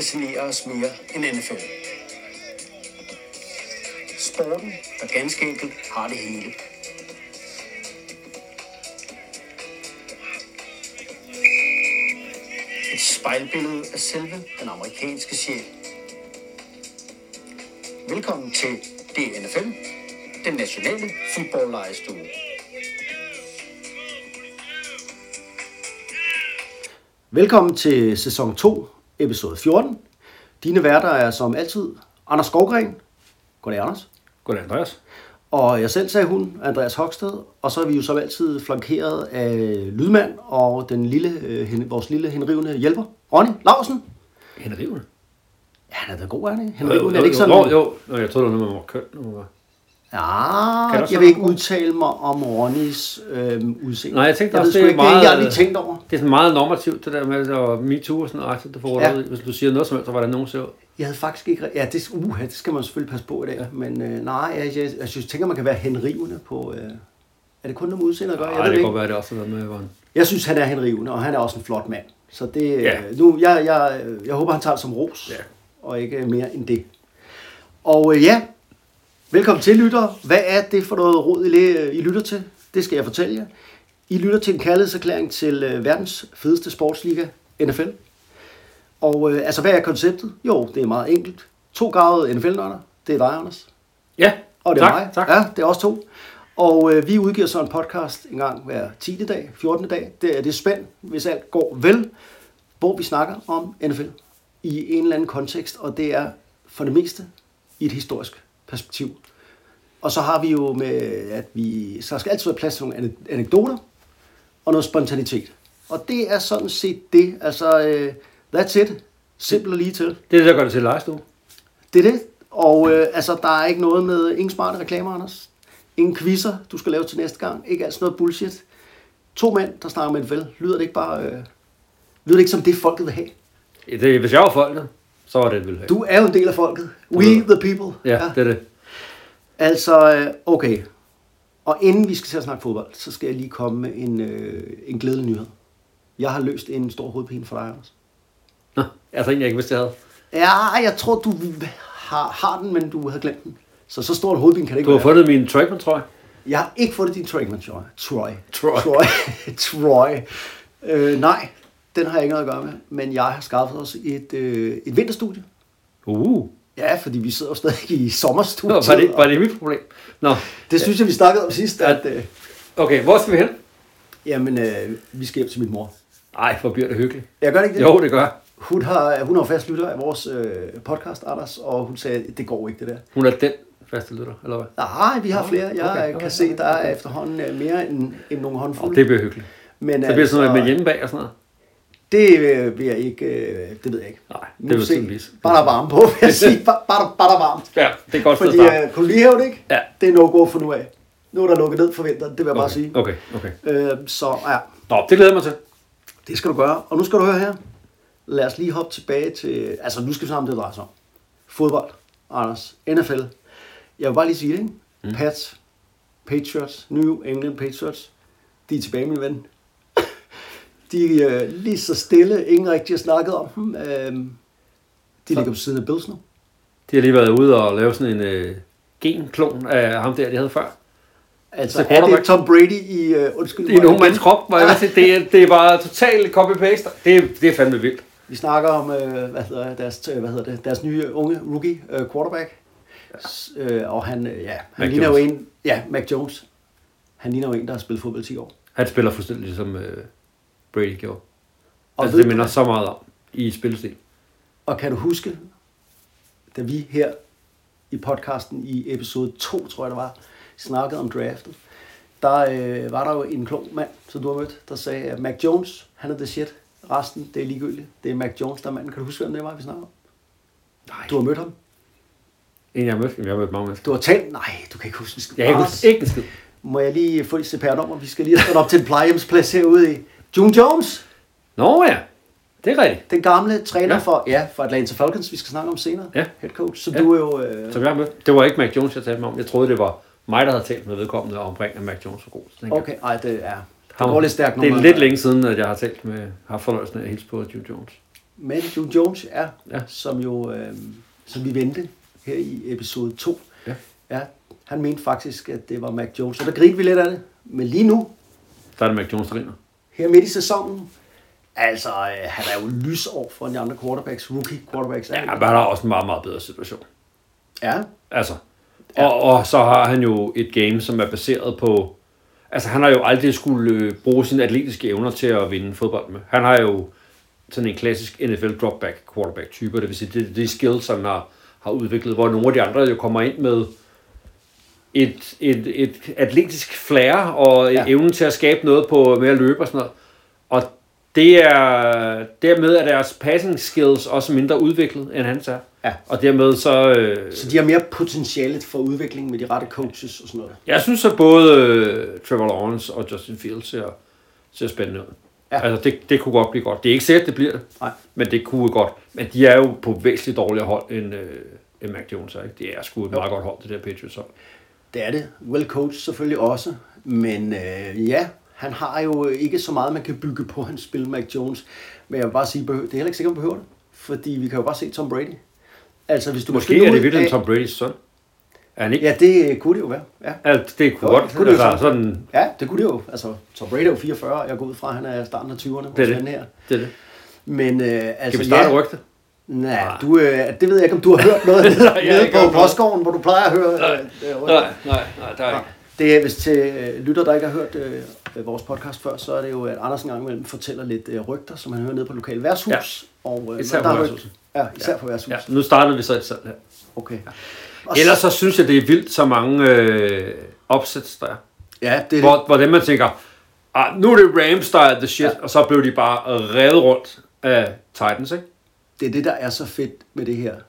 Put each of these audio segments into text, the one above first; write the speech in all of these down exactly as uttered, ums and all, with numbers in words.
fascinerer os mere end N F L. Sporten, der ganske enkelt har det hele. Et spejlbillede af selve den amerikanske sjæl. Velkommen til D N F L, den nationale fodboldlejestue. Velkommen til sæson to, episode fjorten. Dine værter er som altid Anders Skovgren. Goddag, Anders. Goddag, Andreas. Og jeg selv, sagde hun, Andreas Hoksted. Og så er vi jo som altid flankeret af lydmand og den lille, øh, vores lille henrivende hjælper, Ronny Larsen. Henrivende? Ja, han er da god, er det? Henrivende, jo, er det ikke sådan? Jo, jo. jo. Jeg troede, det var noget med vores køn. Nu. Ja, jeg vil ikke udtale mig om Ronnys øh, udseende. Nej, jeg tænkte jeg også, det er ikke, meget, det, jeg har lige tænkt over. Det er sådan meget normativt, det der med at MeToo og sådan noget. Det får ja. Hvis du siger noget som helst, så var der nogen, så jeg havde faktisk ikke... Ja, det, uh, det skal man selvfølgelig passe på i dag. Ja. Men øh, nej, jeg, jeg, jeg synes, tænker, man kan være henrivende på... Øh, er det kun noget med udseende at gøre? Nej, det kan godt være, det også noget med, hvordan... Jeg synes, han er henrivende, og han er også en flot mand. Så det... Ja. Nu, jeg, jeg, jeg håber, han tager det som ros, ja. Og ikke mere end det. Og øh, ja, velkommen til, lyttere. Hvad er det for noget råd, I, I lytter til? Det skal jeg fortælle jer. I lytter til en kærlighedserklæring til øh, verdens fedeste sportsliga, N F L. Og øh, altså, hvad er konceptet? Jo, det er meget enkelt. To garvede N F L-nørder. Det er dig, Anders. Ja, og det er tak, mig. tak. Ja, det er os to. Og øh, vi udgiver så en podcast en gang hver tiende dag, fjortende dag. Det er det spænd, hvis alt går vel, hvor vi snakker om N F L i en eller anden kontekst. Og det er for det meste i et historisk perspektiv. Og så har vi jo med, at vi så skal altid være plads til nogle anekdoter og noget spontanitet. Og det er sådan set det. Altså, øh, that's it. Simpelt og lige til. Det er det, der gør det til lejestue. Det er det. Og øh, altså, der er ikke noget med ingen smarte reklamer, Anders. Ingen quizzer, du skal lave til næste gang. Ikke altså noget bullshit. To mænd, der snakker med en vel. Lyder det ikke bare... Øh, lyder det ikke som det, folket vil have? Det, hvis jeg var folket, så var det, det ville have. Du er jo en del af folket. We the people. Ja, ja, det er det. Altså, okay. Og inden vi skal til at snakke fodbold, så skal jeg lige komme med en, øh, en glædelig nyhed. Jeg har løst en stor hovedpine for dig, Anders. Nå, altså egentlig ikke, hvis jeg havde. Ja, jeg tror, du har, har den, men du havde glemt den. Så så stor en hovedpine kan det ikke være. Du har fundet min Trackman, tror jeg. Jeg har ikke fundet din Trackman, tror jeg. Troy. Troy. Troy. Troy. Øh, nej, den har jeg ikke noget at gøre med. Men jeg har skaffet os et, øh, et vinterstudie. Uh. Ja, fordi vi sidder jo stadig i sommerstudiet. Nå, var det, var det mit problem? Nå. Det synes jeg, vi snakkede om sidst. At, øh, okay, hvor skal vi hen? Jamen, øh, vi skal hjem til min mor. Ej, hvor bliver det hyggeligt. Jeg gør det ikke det? Jo, det gør. Hun har, hun har fast lytter af vores øh, podcast, Anders, og hun sagde, det går ikke, det der. Hun er den faste lytter, eller hvad? Nej, vi har flere. Jeg okay, okay, kan se, der er okay. efterhånden mere end, end nogle håndfulde. Oh, det bliver hyggeligt. Men, så bliver det sådan noget med hjemmebag og sådan noget? Det øh, vil jeg ikke, øh, det ved jeg ikke. Nej, det vil jeg ikke. Bare der er varme på, vil jeg sige. Bare, bare, bare der er varmt. Ja, det er godt fordi, øh, kunne du lige hæve det, ikke? Ja. Det er no-go for nu af. Nu er der lukket ned for vinteren, det vil jeg okay. bare sige. Okay, okay. Øh, så ja. Nå, det glæder mig til. Det skal du gøre. Og nu skal du høre her. Lad os lige hoppe tilbage til... Altså, nu skal vi sammen det drejer sig om. Fodbold, Anders, N F L. Jeg vil bare lige sige det, ikke? Mm. Pats, Patriots, New England Patriots. De er tilbage, min ven. De er øh, lige så stille. Ingen rigtig har snakket om dem. Øh, de ligger på siden af Bills nu. De har lige været ude og lave sådan en øh, genklon af ham der, de havde før. Altså, er det Tom Brady i... Uh, undskyld det er nogen mands krop, hvor jeg sige, det, er, det er bare totalt copy-paste. Det er, det er fandme vildt. Vi snakker om, uh, hvad hedder deres, hvad hedder det, deres nye unge rookie uh, quarterback. Ja. Uh, og han, uh, ja, han ligner jo en... Ja, Mac Jones. Han ligner jo en, der har spillet fodbold i ti år. Han spiller fuldstændig ligesom uh, Brady gjorde. Og altså, det minder så meget om i spillestil. Og kan du huske, da vi her i podcasten i episode to, tror jeg det var, snakkede om draftet, der øh, var der jo en klog mand, som du har mødt, der sagde, at Mac Jones, han er the shit. Resten, det er ligegyldigt. Det er Mac Jones, der er manden. Kan du huske, hvem det var, vi snakker om? Nej. Du har mødt ham? En, jeg har mødt. Jeg har mødt mange mennesker. Du har talt? Nej, du kan ikke huske en skid. Jeg kan ikke huske ikke en skid. Må jeg lige få et C P R-nummer? Vi skal lige have op til en plejehjemsplads herude i. June Jones. Nå ja, det er rigtigt. Den gamle træner ja. for, ja, for Atlanta Falcons, vi skal snakke om senere. Ja. Head coach. Så ja. du er jo... Øh... Som jeg har mødt. Det var ikke Mac Jones, jeg talte med om. Jeg troede, det var mig, der havde talt med vedkommende omkring, at Mac Jones var god. Okay, ej, det er... Det går lidt stærkt. Det er lidt længe siden, at jeg har talt med, har fornøjelsen af at hilse på June Jones. Matthew Jones, ja, ja. som jo, øh, som vi vendte her i episode to. Ja. Ja, han mente faktisk, at det var Mac Jones, og der grinte vi lidt af det. Men lige nu, der er det Mac Jones, der vinder. Her midt i sæsonen, altså, øh, han er jo lysår for de andre quarterbacks, rookie quarterbacks. Ja, men han har også en meget, meget bedre situation. Ja. Altså, ja. Og, og så har han jo et game, som er baseret på, altså han har jo aldrig skulle bruge sine atletiske evner til at vinde fodbold med. Han har jo sådan en klassisk N F L dropback quarterback type, det vil sige, det er de skills, han har, har udviklet, hvor nogle af de andre jo kommer ind med et, et, et atletisk flair og ja. evnen til at skabe noget på med at løbe og sådan noget. Og det er, dermed er deres passing skills også mindre udviklet, end hans er. Ja. Og dermed så... Øh, så de har mere potentiale for udvikling med de rette coaches og sådan noget. Jeg synes, at både øh, Trevor Lawrence og Justin Fields ser, ser spændende ud. Ja. Altså, det, det kunne godt blive godt. Det er ikke sikkert, det bliver det. Nej. Men det kunne godt. Men de er jo på væsentligt dårligere hold end, øh, end Mac Jones. Ikke? Det er sgu et jo. meget godt hold, det der Patriots hold. Det er det. Well coached selvfølgelig også. Men øh, ja, han har jo ikke så meget, man kan bygge på hans spil, Mac Jones. Men jeg vil bare sige, det er heller ikke sikkert, man behøver det. Fordi vi kan jo bare se Tom Brady. Altså, hvis du måske er det virkelig af... Tom Bradys søn. Er han ikke? Ja, det kunne det jo være. Ja. Altså, det kunne jo, godt. Det kunne altså, det jo sådan... Ja, det kunne det jo. Altså, Tom Brady er jo fireogfyrre. Jeg går ud fra, at han er starten af tyverne. Det er det. Her. det er det. Men øh, altså, kan vi starte ja, rygte? Nej, du, øh, det ved jeg ikke, om du har hørt noget nede på Postgården, hvor du plejer at høre nej. Øh, nej, nej, nej, der er ikke. Det er, hvis til øh, lytter, der ikke har hørt øh, vores podcast før, så er det jo, at Anders en gang imellem fortæller lidt øh, rygter, som han hører nede på lokale værtshus. Ja. Og, øh, især på værtshuset. Ja, især ja. på værtshus. Ja. Nu startede vi så et sådan her. Okay. Ja. Ellers så synes jeg, det er vildt, så mange øh, opsæts der er. Ja, det er hvor, det. hvor dem man tænker, ah, nu er det Rams, der er the shit, ja. og så blev de bare revet rundt af Titans, ikke? Det er det, der er så fedt med det her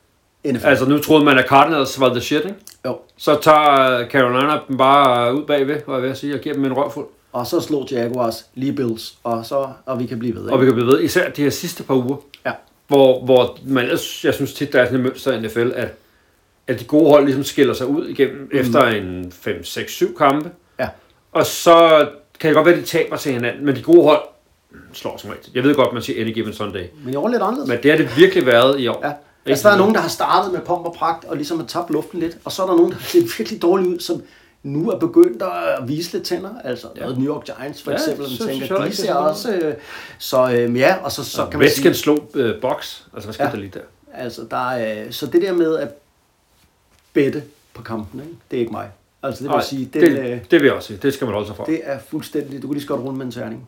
N F L. Altså nu troede man, at Cardinals var the shit, ikke? Jo. Så tager Carolina dem bare ud bagved, hvad jeg vil sige, og giver dem en røvfuld. Og så slår Jaguars lige Bills, og så og vi kan blive ved. Ikke? Og vi kan blive ved, især de her sidste par uger, ja. hvor, hvor man, jeg synes tit, der er sådan et mønster i N F L, at, at de gode hold ligesom skiller sig ud igennem mm. efter en fem, seks, syv kampe. Ja. Og så kan det godt være, at de taber til hinanden, men de gode hold slår som rigtigt. Jeg ved godt, man siger any given Sunday. Men i år lidt anderledes. Men det har det virkelig været i år. Ja. Altså, der er nogen, der har startet med pomp og pragt, og ligesom har tabt luften lidt. Og så er der nogen, der ser virkelig dårligt ud, som nu er begyndt at vise lidt tænder. Altså, ja. New York Giants for eksempel, ja, man tænker, de ser også... Øh, så øh, ja, og så, så ja, kan man sige... Redskins slog øh, box. Altså, hvad skete ja, der lige der? Altså, der er... Øh, så det der med at bette på kampen, ikke? Det er ikke mig. Altså, det vil Ej, sige... Den, det, øh, det vil jeg også sige. Det skal man holde sig for. Det er fuldstændig... Du kan lige så godt runde med en terning.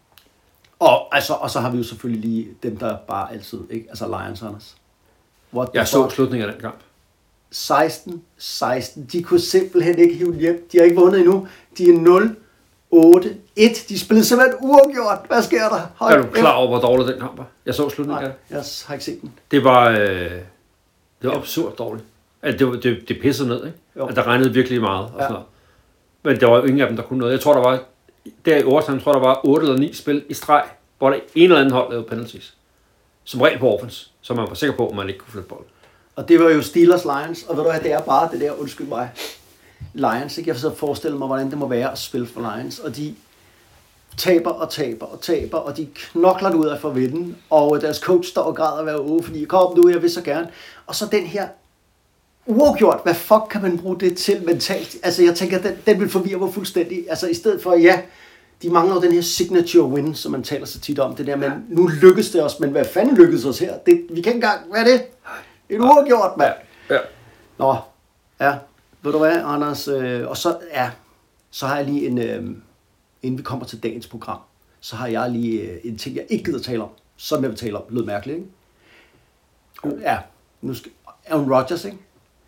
Og, altså, og så har vi jo selvfølgelig lige dem, der bare altid... Ikke? Altså, Lions, Anders. Jeg så slutningen af den kamp. seksten seksten. De kunne simpelthen ikke hive hjem. De har ikke vundet endnu. De er nul otte et. De spillede simpelthen uafgjort. Hvad sker der? Hold er du klar over, hvor dårlig den kamp var? Jeg så slutningen af det. Jeg har ikke set den. Det var, øh, det var absurd dårligt. At det, det, det pissede ned, ikke? At der regnede virkelig meget. Og ja. sådan noget. Men der var jo ingen af dem, der kunne noget. Jeg tror, der var, der i overtiden, tror der var otte eller ni spil i streg, hvor der en eller anden hold lavede penalties. Som regel på offense, så man var sikker på, at man ikke kunne flytte bolden. Og det var jo Steelers Lions, og ved du hvad, det er bare det der, undskyld mig, Lions, ikke? Jeg forsøger at forestille mig, hvordan det må være at spille for Lions, og de taber og taber og taber, og de knokler det ud af for at vinde, og deres coach står og græder hver uge, fordi kom nu, jeg vil så gerne. Og så den her uafgjort, hvad fuck kan man bruge det til mentalt? Altså jeg tænker, den, den vil forvirre mig fuldstændig. Altså i stedet for, ja, de mangler jo den her signature win, som man taler så tit om, det der, men nu lykkes det os, men hvad fanden lykkedes os her? Det, vi kan ikke engang, hvad er det? Et uafgjort, mand. Ja. Ja. Nå, ja, ved du hvad, Anders, øh, og så, ja, så har jeg lige en, øh, inden vi kommer til dagens program, så har jeg lige øh, en ting, jeg ikke gider tale om, som jeg vil tale om, lød mærkeligt, ikke? Uh, ja, nu skal, Aaron Rodgers, ikke?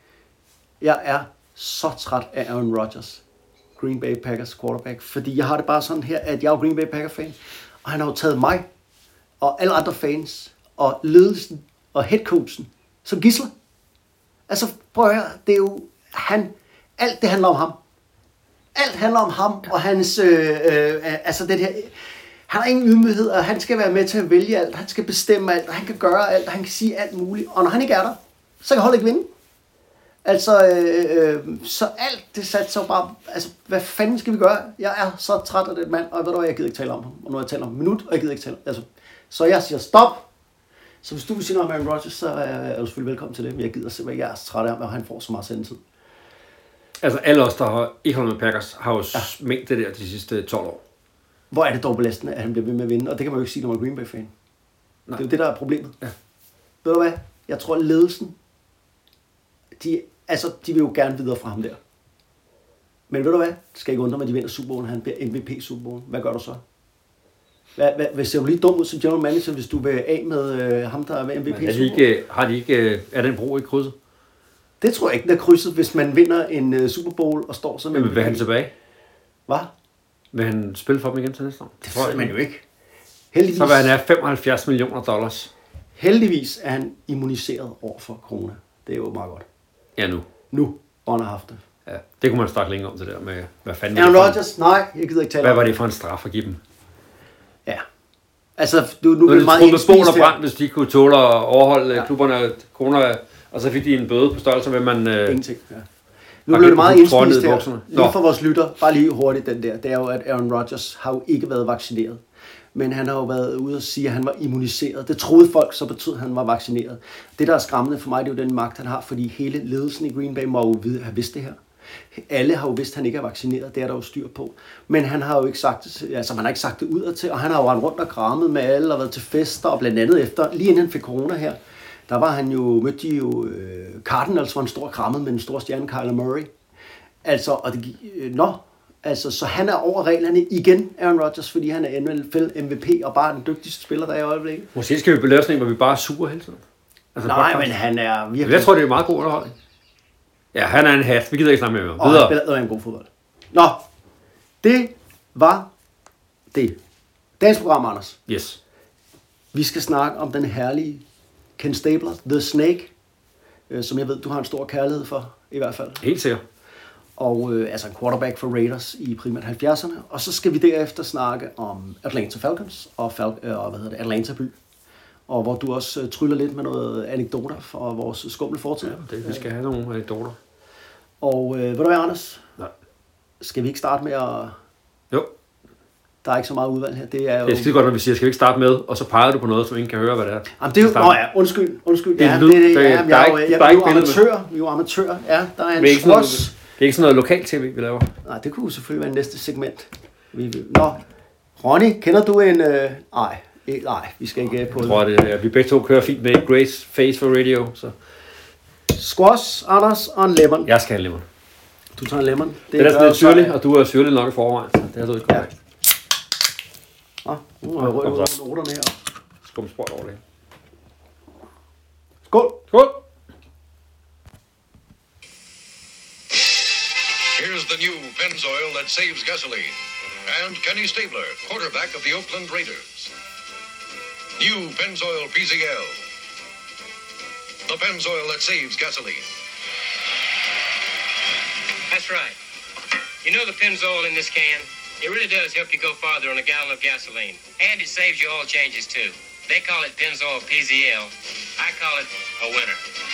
Jeg er så træt af Aaron Rodgers, Green Bay Packers quarterback, fordi jeg har det bare sådan her, at jeg er Green Bay Packers fan, og han har jo taget mig, og alle andre fans, og ledelsen, og headcoachen, som gidsler. Altså, prøv at høre, det er jo, han, alt det handler om ham. Alt handler om ham, og hans, øh, øh, altså det her, han har ingen ydmyghed, og han skal være med til at vælge alt, han skal bestemme alt, og han kan gøre alt, og han kan sige alt muligt, og når han ikke er der, så kan holdet ikke vinde. Altså, øh, øh, så alt det satte sig bare, altså, hvad fanden skal vi gøre? Jeg er så træt af den mand, og ved du hvad, jeg gider ikke tale om ham, og nu har jeg talt om en minut, og jeg gider ikke tale, altså, så jeg siger stop, Så hvis du vil sige noget om Aaron Rodgers, så er du selvfølgelig velkommen til det. Men jeg gider simpelthen, jeg er så træt af, at han får så meget sendetid. Altså alle os, der har ikke holdt med Packers, har jo ja. Smængt det der de sidste tolv år. Hvor er det dog belastende, at han bliver ved med at vinde? Og det kan man jo ikke sige, når man er Green Bay-fan. Nej. Det er jo det, der er problemet. Ja. Ved du hvad? Jeg tror, at ledelsen, de, altså, de vil jo gerne videre fra ham der. Men ved du hvad? Det skal ikke undre mig, at de vinder Super Bowl, han bliver M V P Super Bowl. Hvad gør du så? Hvad, hvad, hvad ser du lige dum ud som general manager, hvis du vil af med øh, ham, der er M V P Super Bowl? Ikke, har de ikke, er den bro ikke krydset? Det tror jeg ikke, den er krydset, hvis man vinder en uh, Super Bowl og står som... Men vil han tilbage? Hvad? Vil han spille for dem igen til næste år? Det tror man jo ikke. Heldigvis, så vil han have femoghalvfjerds millioner dollars. Heldigvis er han immuniseret over for corona. Det er jo meget godt. Ja, nu. Nu, hvor han har haft det. Ja, det kunne man snakke længere om det der med, hvad fanden... Aaron Rodgers, nej, jeg gider ikke tale Hvad om var det for en straf at give dem? Ja. Altså, du, nu, nu er det meget indspist og brand, hvis de kunne tåle at overholde ja. klubberne corona, og så fik de en bøde på størrelse med, man... Øh, Ingenting, ja. Nu blev det meget indspist her. Lige for vores lytter, bare lige hurtigt den der. Det er jo, at Aaron Rodgers har jo ikke været vaccineret. Men han har jo været ude og sige, at han var immuniseret. Det troede folk, så betød, at han var vaccineret. Det, der er skræmmende for mig, det er jo den magt, han har, fordi hele ledelsen i Green Bay må jo vide, have vidst det her. Alle har jo vidst, at han ikke er vaccineret. Det er der jo styr på. Men han har jo ikke sagt det, altså man har ikke sagt det udad til, og han har jo rendt rundt og krammet med alle og været til fester, og blandt andet efter, lige inden han fik corona her, der var han jo, mødte de jo øh, Cardinals, var en stor krammet med en stor stjerne, Kyler Murray. Altså, og det, øh, nå, altså, så han er over reglerne igen, Aaron Rodgers, fordi han er N F L M V P og bare den dygtigste spiller, der er i øjeblikket. Måske skal vi beløse sådan en, hvor vi bare er super hele tiden. Altså, nej, men han er virkelig... Jeg tror, det er meget god underholdning. Ja, han er en hat. Vi gider ikke snakke med ham. Og han spiller en god fodbold. Nå, det var det. Dagens program, Anders. Yes. Vi skal snakke om den herlige Ken Stabler, The Snake, øh, som jeg ved, du har en stor kærlighed for, i hvert fald. Helt sikkert. Og øh, altså en quarterback for Raiders i primært halvfjerdserne. Og så skal vi derefter snakke om Atlanta Falcons og, Fal- øh, og hvad hedder det, Atlanta by. Og hvor du også øh, tryller lidt med noget anekdoter fra vores skumle fortid. Ja, det, vi skal have nogle anekdoter. Og øh, ved du hvad, Anders? Nej. Skal vi ikke starte med at... Jo. Der er ikke så meget udvalg her. Det er jo... Det er skide godt, når vi siger, skal vi ikke starte med, og så peger du på noget, som ingen kan høre, hvad det er. Jamen det er jo... Nå ja, undskyld, undskyld. Det er ja, lyd, det, det, der, ja, der, jeg, der er jeg, ikke, jeg, der er ikke vi er jo amatører. Vi er jo amatører. Ja, der er en det er squash. Det er ikke sådan noget lokal-tv, vi laver. Nej, det kunne jo selvfølgelig være næste segment. Vi, nå, Ronny, kender du en... Øh... Nej, eh, nej, vi skal ikke på det. Jeg tror, det er, vi begge to kører fint med Grace Face for Radio. Så. Squash, Anders og en lemon. Jeg skal have en lemon. Du tager en lemon. Det, det er sådan lidt syrlig, og du er syrlig nok i forvejen. Det har du ikke godt. Nå, nu har jeg rødt ud over noterne her. Skumsport over det. Skål! Skål! Here's the new Pennzoil that saves gasoline. And Kenny Stabler, quarterback of the Oakland Raiders. New Pennzoil P Z L. The Pennzoil that saves gasoline. That's right. You know the Pennzoil in this can? It really does help you go farther on a gallon of gasoline. And it saves you oil changes too. They call it Pennzoil P Z L. I call it a winner.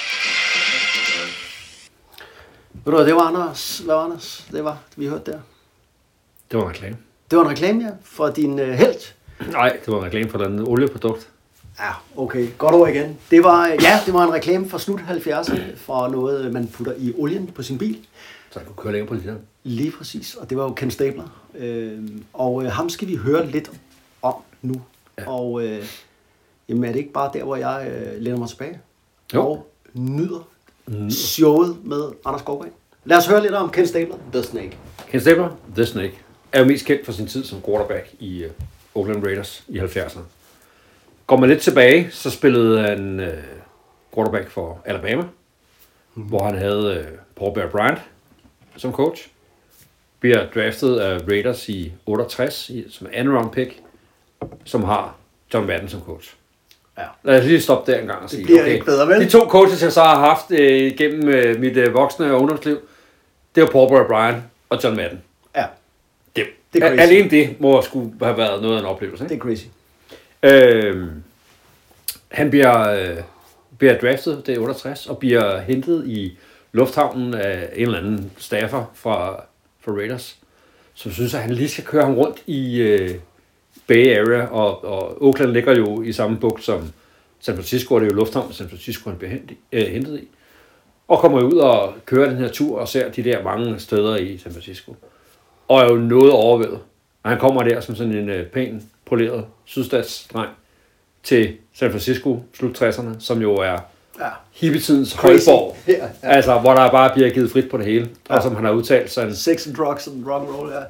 Ved du hvad, det var Anders, hvad var Anders, det var, vi hørte der. Det var en reklame. Det var en reklame, ja, for din uh, helt. Nej, det var en reklame for den olieprodukt. Ja, okay, godt over igen. Det var, ja, det var en reklame fra slut halvfjerdserne for noget, man putter i olien på sin bil. Så du kører længere på literen. Lige præcis, og det var jo Ken Stabler. Øh, og øh, ham skal vi høre lidt om nu. Ja. Og øh, jamen er det ikke bare der, hvor jeg øh, læner mig tilbage? Jo. Og nyder mm. showet med Anders Skovgren. Lad os høre lidt om Ken Stabler, The Snake. Ken Stabler, The Snake, er jo mest kendt for sin tid som quarterback i uh, Oakland Raiders i halvfjerdserne. Går man lidt tilbage, så spillede han uh, quarterback for Alabama, mm. hvor han havde uh, Paul Bear Bryant som coach. Bliver draftet af Raiders i otteogtres i, som anden round pick, som har John Madden som coach. Ja. Lad os lige stoppe der en gang og sige, det bliver okay, ikke bedre, vel? De to coaches, jeg så har haft øh, gennem øh, mit øh, voksne og ungdomsliv, det var Paul Bear Bryant og John Madden. Ja. Det, det er alene det må skulle have været noget af en oplevelse. Ikke? Det er crazy. Øh, han bliver, øh, bliver draftet, det er otteogtres, og bliver hentet i lufthavnen af en eller anden staffer fra, fra Raiders, som synes, at han lige skal køre ham rundt i øh, Bay Area, og, og Oakland ligger jo i samme bugt som San Francisco, og det er jo lufthavn, San Francisco han bliver hentet, øh, hentet i. Og kommer ud og kører den her tur og ser de der mange steder i San Francisco. Og er jo noget overvældet. Og han kommer der som sådan en øh, pæn, poleret sydstatsdreng til San Francisco, slut tresserne, som jo er ja. hippietidens højborg. Ja, ja. Altså, hvor der bare bliver givet frit på det hele. Ja. Og som han har udtalt sig. Sex and drugs and rock and roll, ja.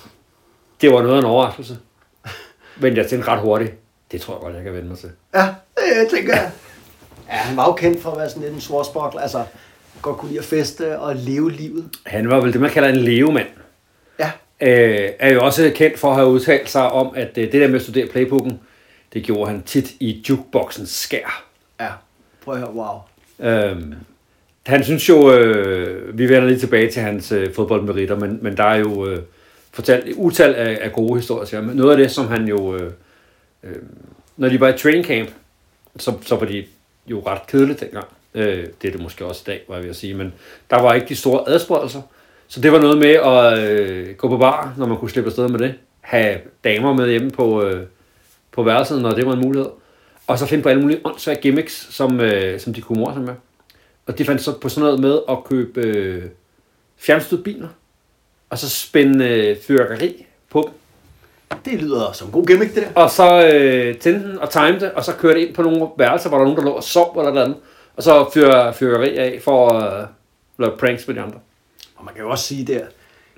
Det var noget af en overraskelse. Men jeg tænkte ret hurtigt, det tror jeg godt, jeg kan vende mig til. Ja, det tænker jeg. Ja, han var jo kendt for at være sådan lidt en swashbuckler, altså godt kunne lide at feste og leve livet. Han var vel det, man kalder en levemand. Ja. Øh, er jo også kendt for at have udtalt sig om, at øh, det der med at studere playbooken, det gjorde han tit i jukeboxens skær. Ja, prøv at høre, wow. Øhm, han synes jo, øh, vi vender lige tilbage til hans øh, fodboldmeritter, men, men der er jo øh, fortalt utal af, af gode historier til ham. Noget af det, som han jo, øh, øh, når de var i training camp, så, så var de jo ret kedeligt dengang. Øh, det er det måske også i dag, var jeg ved at sige, men der var ikke de store adspreddelser. Så det var noget med at øh, gå på bar, når man kunne slippe afsted med det. Have damer med hjemme på, øh, på værelset, når det var en mulighed. Og så finde på alle mulige åndssvage gimmicks, som, øh, som de kunne morse med. Og de fandt så på sådan noget med at købe øh, fjernstødte biler, og så spænde øh, fyrværkeri på dem. Det lyder som en god gimmick, det der. Og så øh, tænde den og time det, og så køre det ind på nogle værelser, hvor der er nogen, der lå og sov eller noget andet. Og så fyre fyrværkeri af for at øh, lave pranks med de andre. Og man kan jo også sige der,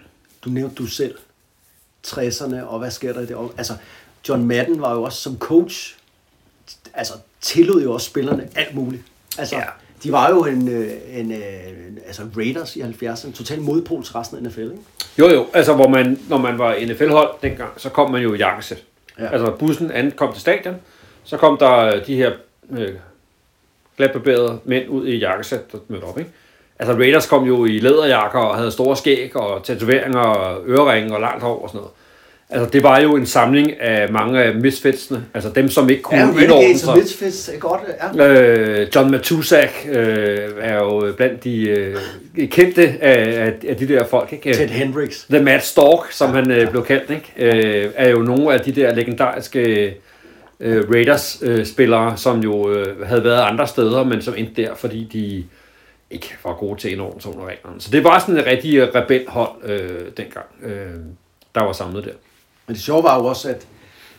du nævnte du selv, tresserne, og hvad sker der i det? Altså, John Madden var jo også som coach, altså tillod jo også spillerne alt muligt. Altså, ja. De var jo en, en, en, altså Raiders i halvfjerdserne, total modpol til resten af N F L, ikke? Jo jo, altså hvor man, når man var N F L-hold dengang, så kom man jo i jakkesæt. Ja. Altså bussen ankom til stadion, så kom der de her øh, glatbarberede mænd ud i jakkesæt, der mødte op, ikke? Altså Raiders kom jo i læderjakker og havde store skæg og tatoveringer og øreringe og langt hår og sådan noget. Altså det var jo en samling af mange af misfitsene, altså dem som ikke kunne ja, indordne sig. Misfits er godt, ja. Øh, John Matuszak øh, er jo blandt de øh, kendte af, af de der folk, ikke? Ted Hendricks. The Mad Stork, som ja, han øh, blev kaldt, ikke? Øh, er jo nogle af de der legendariske øh, Raiders-spillere, øh, som jo øh, havde været andre steder, men som endte der, fordi de ikke var gode til indordne sig under reglerne. Så det var sådan et rigtig rebelhold øh, dengang, øh, der var samlet der. Men det sjove var jo også, at,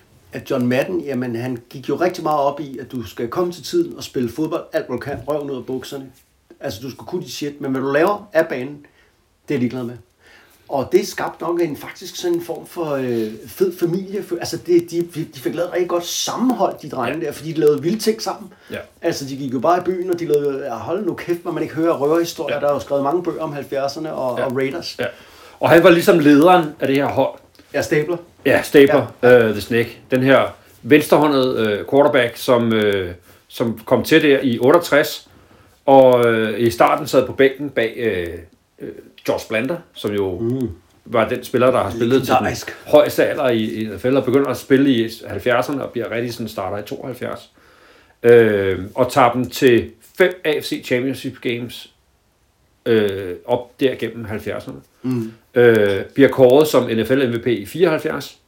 at John Madden, jamen han gik jo rigtig meget op i, at du skal komme til tiden og spille fodbold, alt hvad du kan, røven ud af bukserne. Altså du skal kunne dit shit, men hvad du laver af banen, det er ligeglad med. Og det skabte nok en faktisk sådan en form for øh, fed familie. Altså det, de, de fik lavet rigtig godt sammenhold, de drenge ja. der, fordi de lavede vilde ting sammen. Ja. Altså de gik jo bare i byen, og de lavede, ja, hold nu kæft, hvor man ikke hører røverhistorier. Ja. Der er jo skrevet mange bøger om halvfjerdserne og, ja. og Raiders. Ja. Og han var ligesom lederen af det her hold. Ja, Stabler. Ja, Stabler, ja. Uh, The Snake. Den her venstrehåndede uh, quarterback, som, uh, som kom til der i otteogtres, og uh, i starten sad på bænken bag uh, uh, George Blanda, som jo mm. var den spiller, der har spillet til den højeste alder i, i N F L, og begynder at spille i halvfjerdserne, og bliver rigtig sådan starter i tooghalvfjerds. Uh, og tager dem til fem A F C Championship Games øh, op der gennem halvfjerdserne. Mm. Øh, bliver kåret som N F L M V P i fireoghalvfjerds,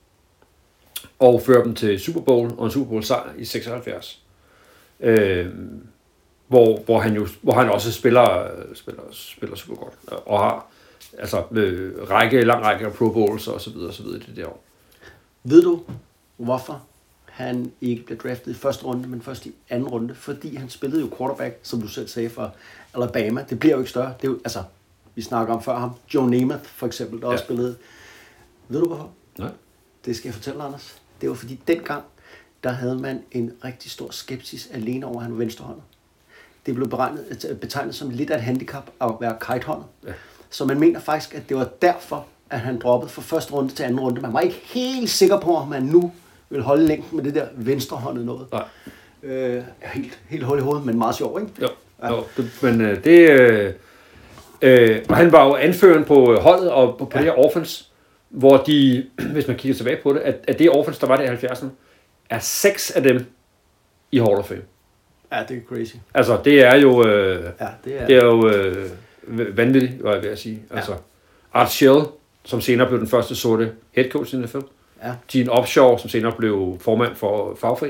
og fører dem til Super Bowl og en Super Bowl sejr i seksoghalvfjerds. Øh, hvor, hvor, han jo, hvor han også spiller, spiller, spiller super godt, og har altså øh, række, lang række af Pro Bowls og så videre, og så videre i det der år. Ved du, hvorfor han ikke blev draftet i første runde, men først i anden runde? Fordi han spillede jo quarterback, som du selv sagde, for Alabama. Det bliver jo ikke større. Det er jo, altså, vi snakker om før ham. Joe Namath, for eksempel, der ja. også spillede. Ved du hvorfor? Nej. Det skal jeg fortælle, Anders. Det var fordi dengang, der havde man en rigtig stor skepsis alene over, at han var venstrehåndet. Det blev beregnet, betegnet som lidt af et handicap at være kitehåndet. Ja. Så man mener faktisk, at det var derfor, at han droppede fra første runde til anden runde. Man var ikke helt sikker på, om man nu vil holde længden med det der venstrehåndet noget. Nej. Øh, helt, helt hul i hovedet, men meget sjov, ikke? Jo, ja. jo det, men øh, det... Øh, øh, han var jo anføreren på holdet og på, på ja. det her offense, hvor de, hvis man kigger tilbage på det, at, at det offense, der var der i halvfjerdserne, er seks af dem i Hall of Fame. Ja, det er crazy. Altså, det er jo, øh, ja, det er, det er jo øh, vanvittigt, var jeg ved at sige. Altså, ja. Art Shell, som senere blev den første sorte head coach i N F L. Ja. Gene Upshaw, som senere blev formand for fagforeningen.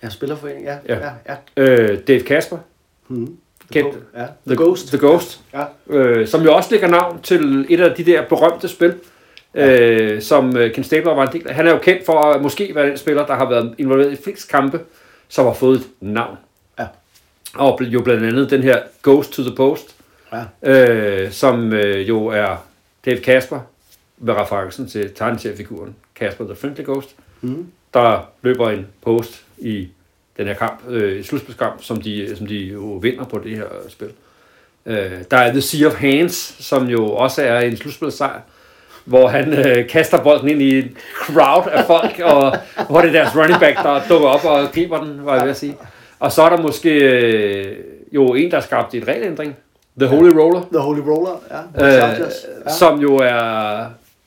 Ja, spillerforening, ja. Ja. ja, ja. Øh, Dave Casper. Mm. Kendt. Ja. The, The Ghost. The Ghost. Ja. Øh, som jo også lægger navn til et af de der berømte spil, ja. øh, som Ken Stabler var en del af. Han er jo kendt for at måske være den spiller, der har været involveret i flest kampe, som har fået et navn. Ja. Og jo blandt andet den her Ghost to the Post, Ja. øh, som øh, jo er Dave Casper, med referencen til tegneseriefiguren Casper the Friendly Ghost, Mm. der løber en post i den her kamp, øh, slutspilskamp, som de, som de jo vinder på det her spil. Øh, der er The Sea of Hands, som jo også er en slutspilssejr, hvor han øh, kaster bolden ind i en crowd af folk, og hvor det er deres running back, der dukker op og griber den, var jeg ved at sige. Og så er der måske øh, jo en, der har skabt et regelændring, The Holy Roller, The Holy Roller, ja. øh, Chargers, ja. som jo er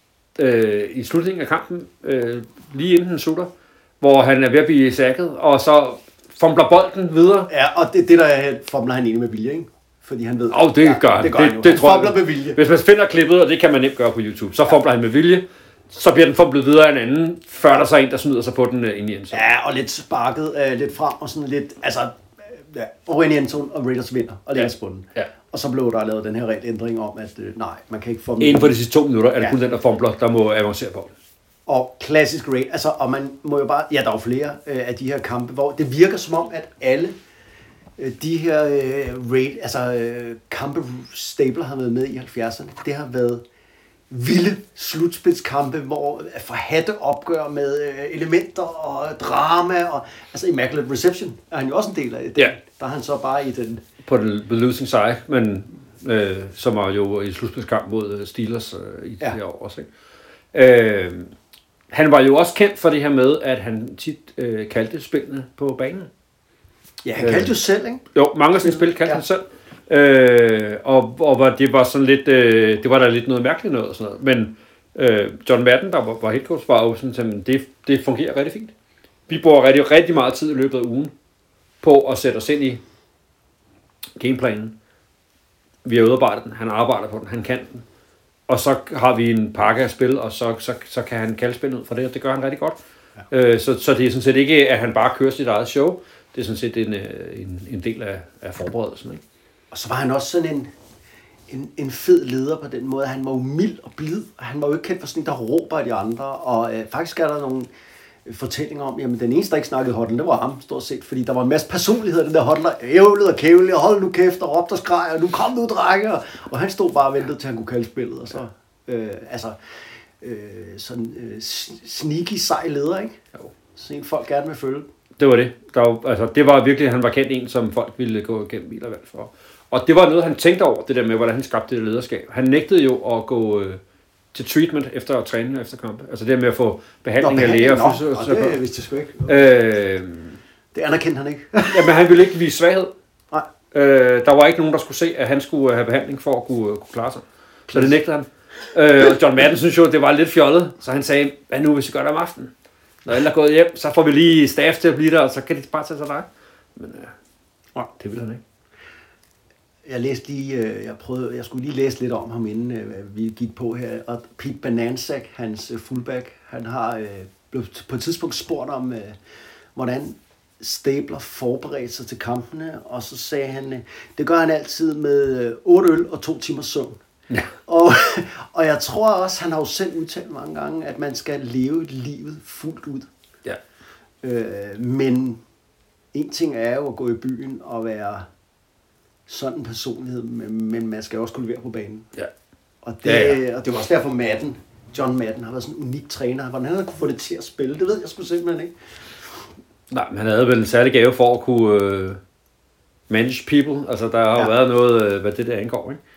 øh, i slutningen af kampen, øh, lige inden den slutter, hvor han er ved at blive sækket, og så fumbler bolden videre. Ja, og det, det der er, fomler han egentlig med vilje, ikke? Fordi han ved... Åh, oh, det ja, gør han. Det gør det, han jo. det Han tror fomler jeg. med vilje. Hvis man finder klippet, og det kan man nemt gøre på YouTube, så ja. Fumbler han med vilje, så bliver den fumblet videre af en anden, før der så er en, der smider sig på den uh, ind i endzone. Ja, og lidt sparket uh, lidt frem, og sådan lidt... Altså, ja, over ind i endzone, og Raiders vinder, og lægger ja. Bunden. Ja. Og så blev der lavet den her regelændring om, at uh, nej, man kan ikke fomle... Inden for de sidste to minutter er det ja. kun den, der fumbler, der må avancere på. Og klassisk raid, altså, og man må jo bare... Ja, der er jo flere øh, af de her kampe, hvor det virker som om, at alle øh, de her øh, raid, altså øh, kampe Stabler har været med i halvfjerdserne, det har været vilde slutspidskampe, hvor forhatte opgør med øh, elementer og drama, og altså Immaculate Reception er han jo også en del af det. Ja. Der er han så bare i den... På den losing side, men øh, som er jo i slutspidskamp mod Steelers øh, i Ja. det år også, ikke? Øh, han var jo også kendt for det her med, at han tit øh, kaldte spillene på banen. Ja, han kaldte jo selv, ikke? Jo, mange af sine spil kaldte Ja. han selv. Øh, og og var, det var sådan lidt, øh, det var der lidt noget mærkeligt noget og sådan noget. Men øh, John Madden, der var, var head coach, var jo sådan, at det, det fungerer rigtig fint. Vi bruger rigtig, rigtig meget tid i løbet af ugen på at sætte os ind i gameplanen. Vi har udarbejdet den, han arbejder på den, han kan den. Og så har vi en pakke af spil, og så, så, så kan han kalde spil ud fra det, og det gør han rigtig godt. Ja. Øh, så, så det er sådan set ikke, at han bare kører sit eget show. Det er sådan set en, en, en del af, af forberedelsen, ikke? Og så var han også sådan en, en, en fed leder på den måde. Han var jo mild og blid, og han var jo ikke kendt for sådan en, der råber af de andre. Og øh, faktisk er der nogle fortællinger om, jamen den eneste, der ikke snakkede huddle, det var ham, stort set. Fordi der var en masse personlighed af den der huddler. Ævlede og kævlede, og hold nu kæft, og råbte og skreg, og nu kom nu, drenge. Og, og han stod bare og ventede til, han kunne kalde spillet. Og så, øh, altså, øh, sådan øh, sneaky, sej leder, ikke? Jo. Sådan en folk gerne vil følge. Det var det. Der var, altså, det var virkelig, han var kendt en, som folk ville gå igennem bil og valg for. Og det var noget, han tænkte over, det der med, hvordan han skabte det lederskab. Han nægtede jo at gå øh, til treatment efter træning og efter kampe. Altså det med at få behandling, Nå, af læger. Nå, Nå, og det vidste jeg sgu ikke. Øh, Det anerkendte han ikke. jamen, han ville ikke vise svaghed. Nej. Øh, der var ikke nogen, der skulle se, at han skulle have behandling for at kunne, kunne klare sig. Så det nægtede han. Øh, og John Madden synes jo, det var lidt fjollet, så han sagde, hvad nu, hvis vi gør det om aftenen? Når alle er gået hjem, så får vi lige staff til at blive der, og så kan de bare tage sig dig. Men øh, nej, det ville han ikke. Jeg læste lige, øh, jeg prøvede, jeg skulle lige læse lidt om ham, inden øh, vi gik på her. Og Pete Bonanzac, hans øh, fullback, han har øh, blevet på et tidspunkt spurgt om, øh, hvordan Stabler forberedte sig til kampene, og så sagde han, øh, det gør han altid med øh, otte øl og to timers søvn. Ja. Og, og jeg tror også, han har jo selv udtalt mange gange, at man skal leve livet fuldt ud. Ja. Øh, men en ting er jo at gå i byen og være sådan en personlighed, men, men man skal også kunne levere på banen. Ja. Og det, Ja, ja. og det var også derfor Madden, John Madden, har været sådan en unik træner. Hvordan han havde kunne få det til at spille, det ved jeg sgu simpelthen ikke. Nej, men han havde vel en særlig gave for at kunne øh, manage people. Altså, der har jo Ja. været noget, øh, hvad det der angår, ikke?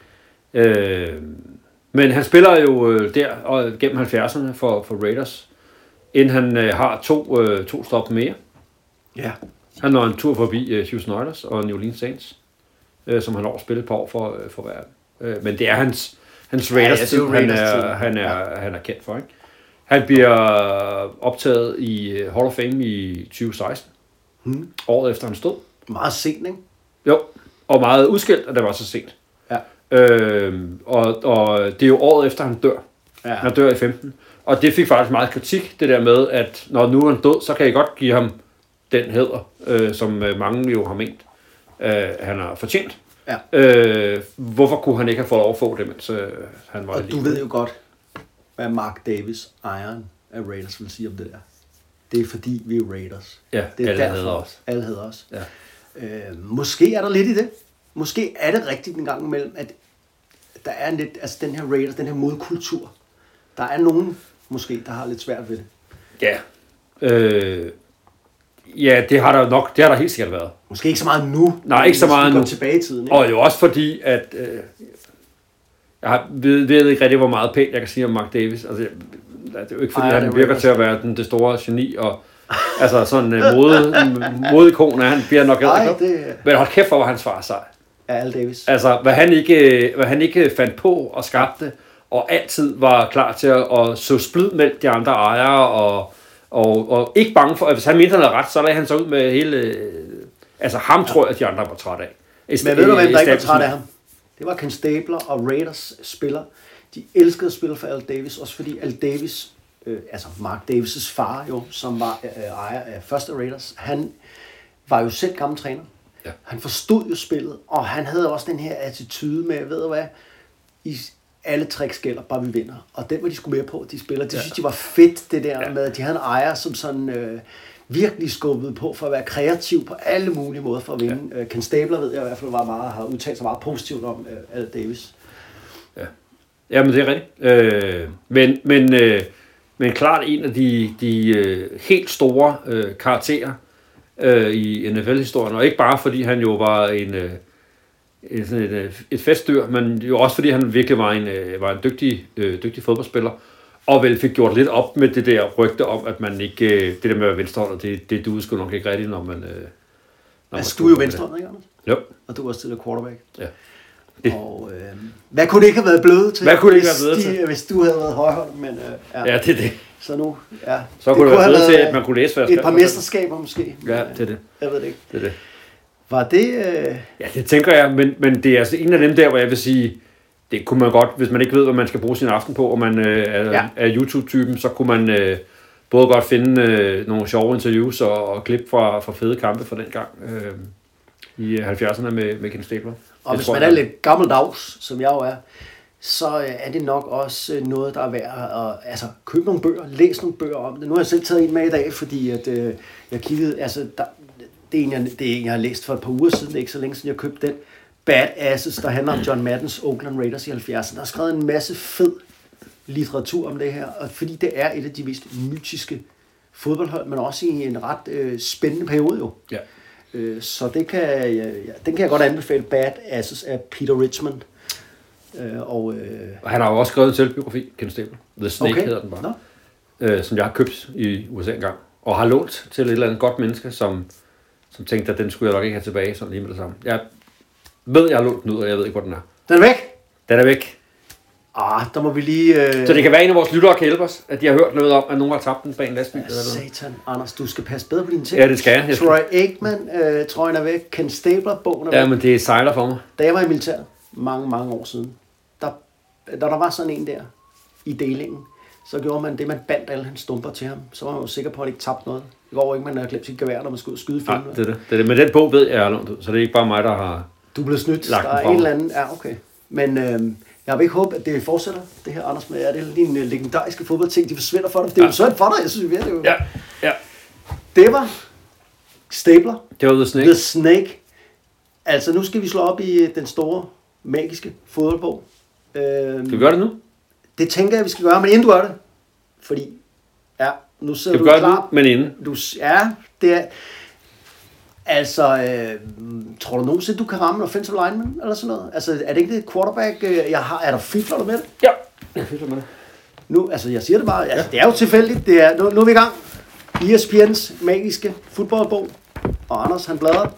Øh, men han spiller jo øh, der og gennem halvfjerdserne for, for Raiders, inden han øh, har to, øh, to stop mere. Ja. Han når en tur forbi øh, Houston Oilers og New Orleans Saints, øh, som han har spillet på år for, øh, for verden. Øh, men det er hans, hans Raiders, ja, det er jo tid, han, Raiders tid. er, han, er, ja. han er kendt for, ikke? Han bliver optaget i Hall of Fame i tyve seksten, Hmm. året efter han stod. Meget sent, ikke? Jo, og meget udskilt, at det var så sent. Ja. Øhm, og, og det er jo året efter, han dør. Ja. Han dør i femten. Og det fik faktisk meget kritik, det der med, at når nu er han død, så kan I godt give ham den hæder, øh, som øh, mange jo har ment, øh, han har fortjent. Ja. Øh, hvorfor kunne han ikke have fået lov at få det, mens øh, han var Og lige? du ved jo godt, hvad Mark Davis, ejeren af Raiders, vil sige om det der. Det er fordi, vi er Raiders. Ja, det er alle derfor, hedder os. Alle hedder os. Ja. Øh, måske er der lidt i det. Måske er det rigtigt en gang imellem, at der er lidt, altså den her Raiders, den her modkultur. Der er nogen, måske, der har lidt svært ved det. Ja. Øh, ja, det har der nok, det har der helt sikkert været. Måske ikke så meget nu. Nej, ikke så meget nu. Tilbage i tiden, ikke? Og jo også fordi, at øh, jeg har, ved, ved ikke rigtig, hvor meget pænt jeg kan sige om Mark Davis. Altså, det er jo ikke fordi, Ej, han virker til at være den, det store geni, og altså sådan en mode, modeikon, han bliver nok Nej, ikke. det Men hold kæft for, hvor han svarer sig. er Al Davis. Altså, hvad han, ikke, hvad han ikke fandt på og skabte, og altid var klar til at, at så splid mellem de andre ejere, og, og, og ikke bange for, at hvis han mente, han havde ret, så lagde han sig ud med hele... Altså, ham tror jeg, at de andre var trætte af. Men ved du, hvem der ikke var træt af ham? Det var Ken Stabler og Raiders spiller. De elskede at spille for Al Davis, også fordi Al Davis, øh, altså Mark Davis' far jo, som var øh, ejer af første Raiders, han var jo selv gammel træner. Ja. Han forstod jo spillet, og han havde også den her attitude med, ved du hvad, i alle tricks gælder, bare vi vinder. Og den var de sgu med på, de spiller. De Ja. synes, de var fedt, det der Ja. med, at de havde en ejer, som sådan øh, virkelig skubbede på for at være kreativ på alle mulige måder for at vinde. Ja. Ken Stabler ved jeg i hvert fald var meget, har udtalt sig meget positivt om øh, Al Davis. Ja. Jamen, det er rigtigt. Øh, men, men, øh, men klart en af de, de øh, helt store øh, karakterer øh, i N F L-historien, og ikke bare fordi han jo var en, øh, en, sådan et, øh, et festdyr, men jo også fordi han virkelig var en, øh, var en dygtig, øh, dygtig fodboldspiller, og vel fik gjort lidt op med det der rygte om, at man ikke, øh, det der med at være venstrehåndet, det, det duede sgu nok ikke rigtigt, når man... Øh, når Altså, man du er jo venstrehåndet, ikke, Anders? Jo. Og du er også tidligere quarterback. Ja. Og øh, hvad kunne det ikke have været blevet til, Hvad kunne det ikke hvis, have været blevet de, hvis du havde været højhånd? Men, øh, ja. Ja, det er det. Så nu, ja. Så kunne det være bedre til, at man kunne læse, hvad jeg et skrev. par mesterskaber måske. Ja, det er det. Jeg ved det ikke. Det er det. Var det... Øh, Ja, det tænker jeg, men, men det er altså en af dem der, hvor jeg vil sige, det kunne man godt, hvis man ikke ved, hvad man skal bruge sin aften på, og man øh, er, Ja. ja. er YouTube-typen, så kunne man øh, både godt finde øh, nogle sjove interviews og, og klip fra, fra fede kampe fra den gang øh, i halvfjerdserne med, med Ken Stabler. og Det hvis tror man jeg, er lidt gammeldags, som jeg jo er, så øh, er det nok også øh, noget, der er værd at altså, købe nogle bøger, læse nogle bøger om det. Nu har jeg selv taget en med i dag, fordi at, øh, jeg kiggede, altså, der, det, er en, jeg, det er en, jeg har læst for et par uger siden, det er ikke så længe siden, jeg købte den. Badasses, der handler om John Maddens Oakland Raiders i halvfjerdserne. Der er skrevet en masse fed litteratur om det her, og fordi det er et af de mest mytiske fodboldhold, men også i en ret øh, spændende periode jo. Ja. Øh, så det kan, ja, ja, den kan jeg godt anbefale, Badasses af Peter Richmond. Øh, og, øh, Og han har jo også skrevet en selvbiografi, Ken Stabler. The Snake Okay. hedder den bare. Nå. Øh, som jeg har købt i U S A engang. Og har lånt til et eller andet godt menneske, som, som tænkte, at den skulle jeg nok ikke have tilbage, sådan lige med det samme. Jeg ved, jeg har lånt den ud, og jeg ved ikke, hvor den er. den er væk! Den er væk. Ah, der må vi lige... Øh, Så det kan være, en af vores lyttere kan hjælpe os, at de har hørt noget om, at nogen har tabt den bag en lastbil. Eller noget. Satan, Anders, du skal passe bedre på dine ting. Ja, det skal jeg. Troy Aikman, øh, trøjen er væk. Ken Stabler, bogen er væk. Ja, men det sejler for mig. Da jeg var i militæret, mange, mange år siden, der, da der var sådan en der i delingen, så gjorde man det, man bandt alle hans stumper til ham. Så var man jo sikker på, at han ikke tabte noget. Det går ikke, man havde glemt sit gevær, når man skulle ud og skyde Nej, filmen. det er det. det er det. Men den bog ved jeg, jeg har lånt ud, så det er ikke bare mig, der har... Du blev snydt. Lagt Der den er fra en eller mig. anden... Ja, okay. Men øh, jeg vil ikke håbe, at det fortsætter, det her, Anders, med. Er det dine legendariske fodboldting, de forsvinder for dig? Det er jo Ja. synd for dig, jeg synes, det er jo... Ja, ja. Det var Stabler. Det var The Snake. The Snake. Altså, nu skal vi slå op i den store, magiske fodboldbog. Øh, Skal vi gøre det nu? Det tænker jeg, vi skal gøre, men inden du gør det, fordi, ja, nu sidder Skal vi du gøre det klar. nu, men inden? Du, ja, det er, altså, øh, tror du nogensinde, du kan ramme en offensive lineman, eller sådan noget? Altså, er det ikke det quarterback, øh, jeg har, er der fifler du med det? Ja. Jeg føler med det. Nu, altså, jeg siger det bare, altså, det er jo tilfældigt, det er, nu, nu er vi i gang. E S P N's magiske fodboldbog, og Anders, han bladrer.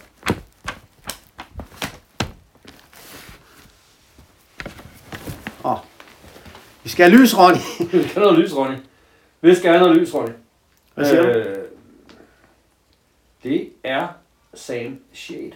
Åh, vi skal have lys, Ronny. Vi skal have noget lys, Ronny. Vi skal have noget lys, Ronny. Hvad siger du? Øh, det er Sam Shade.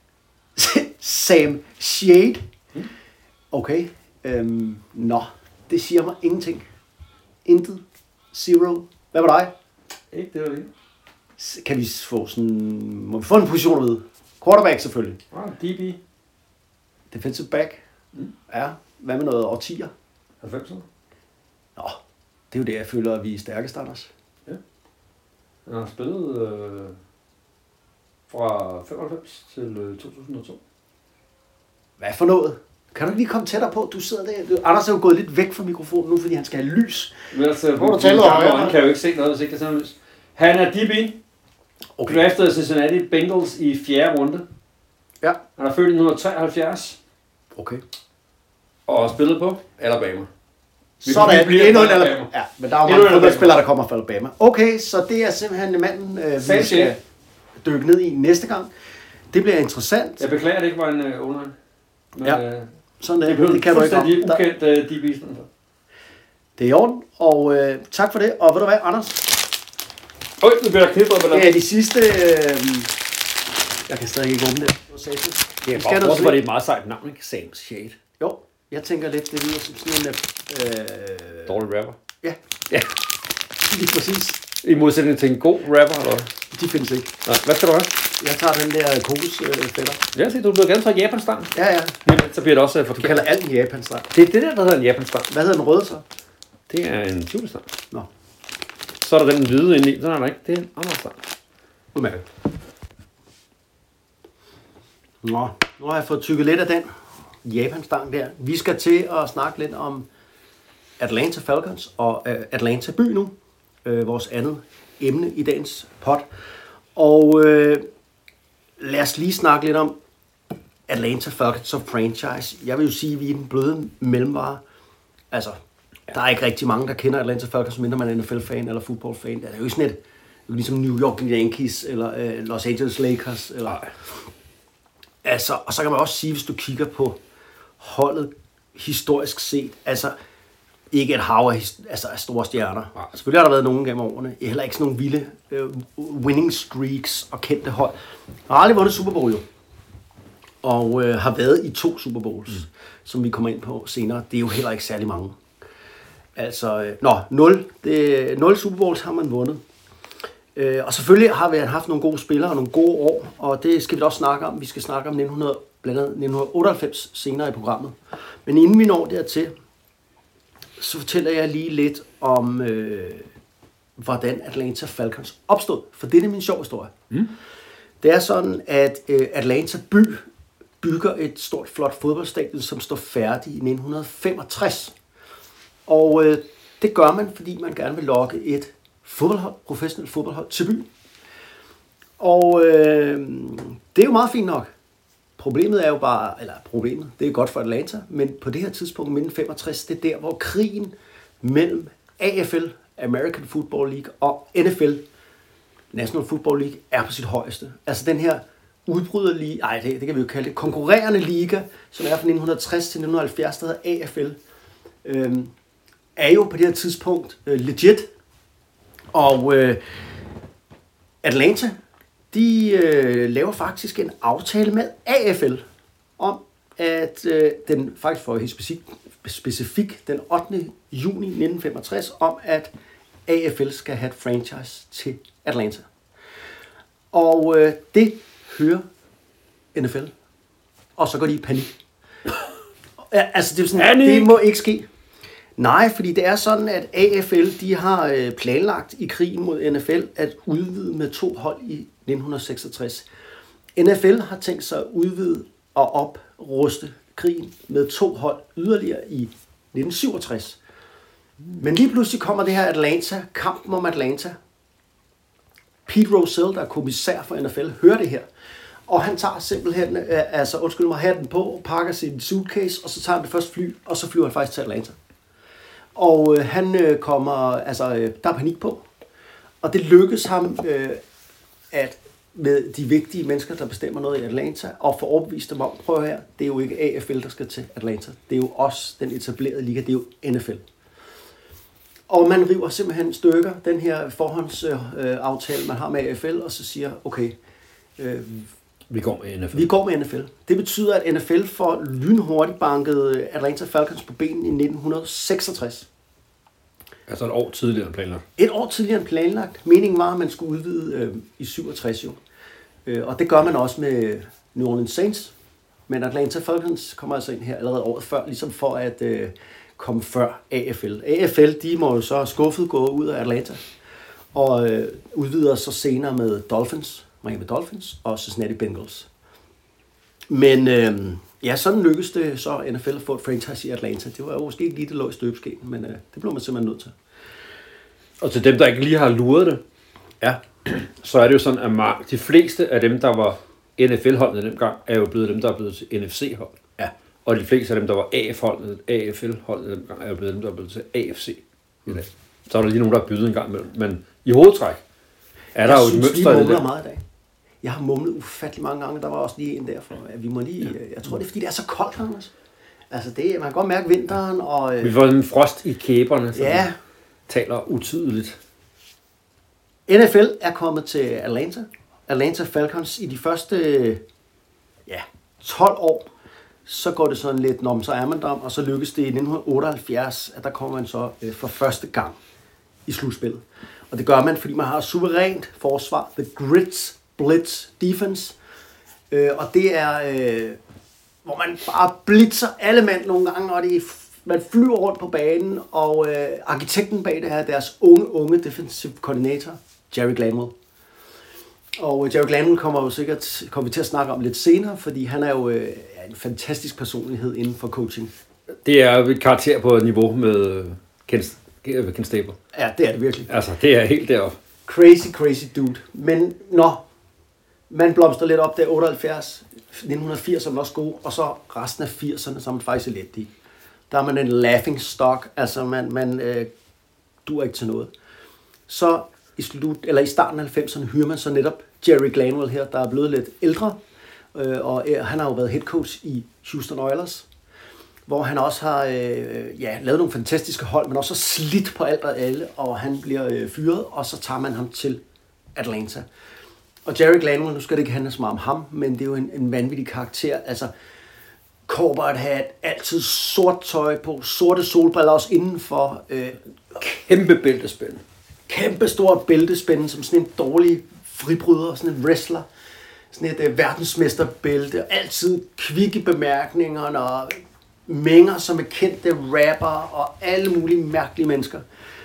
Sam Shade. Okay. Øhm, nå, det siger mig ingenting. Intet. Zero. Hvad var dig? Ikke det, var det. Kan vi få sådan... Må vi få en position at vide? Quarterback selvfølgelig. Ah, D B. Defensive back. Mm. Ja, hvad med noget årtier? halvfemserne. Nå, det er jo det, jeg føler, at vi er stærkest, Anders. Ja. Jeg har spillet øh, fra femoghalvfems til øh, to tusind og to. Hvad for noget? Kan du ikke lige komme tættere på? Du sidder der. Du, Anders er jo gået lidt væk fra mikrofonen nu, fordi han skal have lys. Men altså, Hvor du taler om, han kan jo ikke se noget, hvis ikke det er sådan lys. Han er D B. Okay. Draftet af Cincinnati Bengals i fjerde runde. Ja. Han er født i nitten treoghalvfjerds. Okay. Og spillet på Alabama. Sådan, endnu en Alabama. Ja, men der er jo mange fodboldspillere, der kommer fra Alabama. Okay, så det er simpelthen manden, øh, vi skal shit. dykke ned i næste gang. Det bliver interessant. Jeg beklager, at det ikke var en uh, online. Men, Ja, øh, sådan det, det, det kan du ikke om. Det er ukendt uh, D B i stedet for. Det er i orden, og øh, tak for det. Og ved du hvad, Anders? Øj, nu bliver der knippet på Det er de sidste... Øh, jeg kan stadig ikke åbne det. Det er bare, hvorfor var det et meget sejt navn, ikke? Sam Shade. Jo, jeg tænker lidt, det lyder som sådan en... Øh, Dårlig rapper. Ja, Ja. lige præcis. I modsætning til en god rapper, eller hvad? De findes ikke. Nej, hvad skal du have? Jeg tager den der kokosfætter. Ja, se, du bliver gerne fra Japanstang. Ja, ja. Jamen, så bliver det også uh, Du forkert. kalder alt en japanstang. Det er det der, der hedder en Japanstang. Hvad hedder den røde så? Det er en tivoli-stang. Nå, Så er der den hvide inde i. Sådan er der ikke. Det er en anden stang. udmærket. Nå, nu har jeg fået tykket lidt af den japanstang der. Vi skal til at snakke lidt om Atlanta Falcons og uh, Atlanta by nu. Uh, vores andet emne i dagens pod. Og uh, lad os lige snakke lidt om Atlanta Falcons som franchise. Jeg vil jo sige, at vi er den bløde mellemvare. Altså, der er ikke rigtig mange, der kender Atlanta Falcons, mindre man er N F L-fan eller fodboldfan. Det er jo ikke sådan et, det er ligesom New York Yankees eller uh, Los Angeles Lakers. Eller, altså, og så kan man også sige, hvis du kigger på holdet historisk set, altså ikke et hav af, altså, af store stjerner. Ja. Selvfølgelig har der været nogen gennem årene. Heller ikke sådan nogle vilde uh, winning streaks og kendte hold. Har aldrig vundet Super Bowl jo. Og uh, har været i to Super Bowls, mm. som vi kommer ind på senere. Det er jo heller ikke særlig mange. Altså, øh, nå, nul. Det, nul Super Bowls har man vundet. Øh, og selvfølgelig har vi haft nogle gode spillere og nogle gode år, og det skal vi også snakke om. Vi skal snakke om nitten hundrede, blandt andet nitten otteoghalvfems senere i programmet. Men inden vi når dertil, så fortæller jeg lige lidt om, øh, hvordan Atlanta Falcons opstod. For det er min sjov historie. Mm. Det er sådan, at øh, Atlanta by bygger et stort, flot fodboldstadion, som står færdig i nitten femogtres. Og øh, det gør man, fordi man gerne vil lokke et fodboldhold, professionelt fodboldhold til byen. Og øh, det er jo meget fint nok. Problemet er jo bare, eller problemet, det er godt for Atlanta, men på det her tidspunkt, nitten femogtres, det er der, hvor krigen mellem A F L, American Football League, og N F L, National Football League, er på sit højeste. Altså den her udbryderliga, ej det, det kan vi jo kalde det, konkurrerende liga, som er fra nitten tres til nitten halvfjerds, der hedder A F L, øh, er jo på det her tidspunkt øh, legit. Og øh, Atlanta, de øh, laver faktisk en aftale med A F L om, at øh, den faktisk for helt specifik, specifik den ottende juni nitten femogtres, om at A F L skal have et franchise til Atlanta. Og øh, det hører N F L. Og så går de i panik. Altså, det er sådan, det må ikke ske. Nej, fordi det er sådan, at A F L de har planlagt i krigen mod N F L at udvide med to hold i nitten seksogtres. N F L har tænkt sig at udvide og opruste krigen med to hold yderligere i nitten syvogtres. Men lige pludselig kommer det her Atlanta, kampen om Atlanta. Pete Rozelle, der er kommissær for N F L, hører det her. Og han tager simpelthen, altså undskyld mig, hatten på, pakker sin suitcase, og så tager han det første fly, og så flyver han faktisk til Atlanta. Og øh, han øh, kommer, altså øh, der er panik på, og det lykkes ham øh, at med de vigtige mennesker, der bestemmer noget i Atlanta, og få overbevist dem om, prøv her, det er jo ikke A F L, der skal til Atlanta, det er jo også den etablerede liga, det er jo N F L. Og man river simpelthen stykker den her forhåndsaftale, øh, man har med A F L, og så siger, okay, øh, vi går med N F L. Vi går med N F L. Det betyder, at N F L får lynhurtigt banket Atlanta Falcons på benen i nitten seksogtres. Altså et år tidligere end planlagt. Et år tidligere end planlagt. Meningen var, at man skulle udvide øh, i syvogtres jo. Øh, og det gør man også med New Orleans Saints. Men Atlanta Falcons kommer altså ind her allerede året før, ligesom for at øh, komme før A F L. A F L, de må jo så skuffet gå ud af Atlanta. Og øh, udvider så senere med Dolphins, Miami Dolphins og Cincinnati Bengals. Men øh, ja, sådan lykkedes det så N F L at få et franchise i Atlanta. Det var jo måske ikke lige det lå i støbeskeen, men øh, det blev man simpelthen nødt til. Og til dem, der ikke lige har luret det, Ja. så er det jo sådan, at mar- de fleste af dem, der var N F L-holdene dengang, er jo blevet dem, der er blevet til N F C-hold. Ja. Og de fleste af dem, der var A F-holdene, A F L-holdene dengang, er jo blevet dem, der er blevet til A F C i dag. Så er der lige nogen, der har byttet en gang imellem. Men i hovedtræk er der jeg jo et synes, mønster vi i det mumler der. meget i dag. Jeg har mumlet ufattelig mange gange. Der var også lige en derfor, at vi må lige... Ja. Jeg tror, det er, fordi det er så koldt, Anders. Altså, det, man kan godt mærke vinteren, og... Øh, Vi får en frost i kæberne, som ja, taler utydeligt. N F L er kommet til Atlanta. Atlanta Falcons i de første ja, tolv år. Så går det sådan lidt, når så er man der, og så lykkes det i nitten otteoghalvfjerds, at der kommer man så øh, for første gang i slutspillet. Og det gør man, fordi man har suverænt forsvar, the Grits Blitz Defense. Øh, og det er, øh, hvor man bare blitzer alle mand nogle gange, og det, man flyver rundt på banen, og øh, arkitekten bag det her er deres unge, unge defensive coordinator, Jerry Glanville. Og Jerry Glanville kommer jo sikkert kommer vi til at snakke om lidt senere, fordi han er jo øh, en fantastisk personlighed inden for coaching. Det er et karakter på et niveau med Ken, Ken Stabler. Ja, det er det virkelig. Altså, det er helt deroppe. Crazy, crazy dude. Men når man blomster lidt op der otteoghalvfjerds, nitten firs er man også god, og så resten af firserne, så er man faktisk elendig. Der er man en laughing stock, altså man, man øh, duer ikke til noget. Så i, slut, eller i starten af halvfemserne hyrer man så netop Jerry Glanville her, der er blevet lidt ældre, øh, og øh, han har jo været head coach i Houston Oilers, hvor han også har øh, ja, lavet nogle fantastiske hold, men også slidt på alt og alle, og han bliver øh, fyret, og så tager man ham til Atlanta. Og Jerry Glanville, nu skal det ikke handle så meget om ham, men det er jo en, en vanvittig karakter, altså corporate hat, altid sort tøj på, sorte solbriller også indenfor, øh, Kæmpe bæltespænd. kæmpe stort bæltespænde, som sådan en dårlig fribryder, sådan en wrestler, sådan et øh, verdensmesterbælte, altid kvikke bemærkningerne, og mænger som er kendte rapper og alle mulige mærkelige mennesker.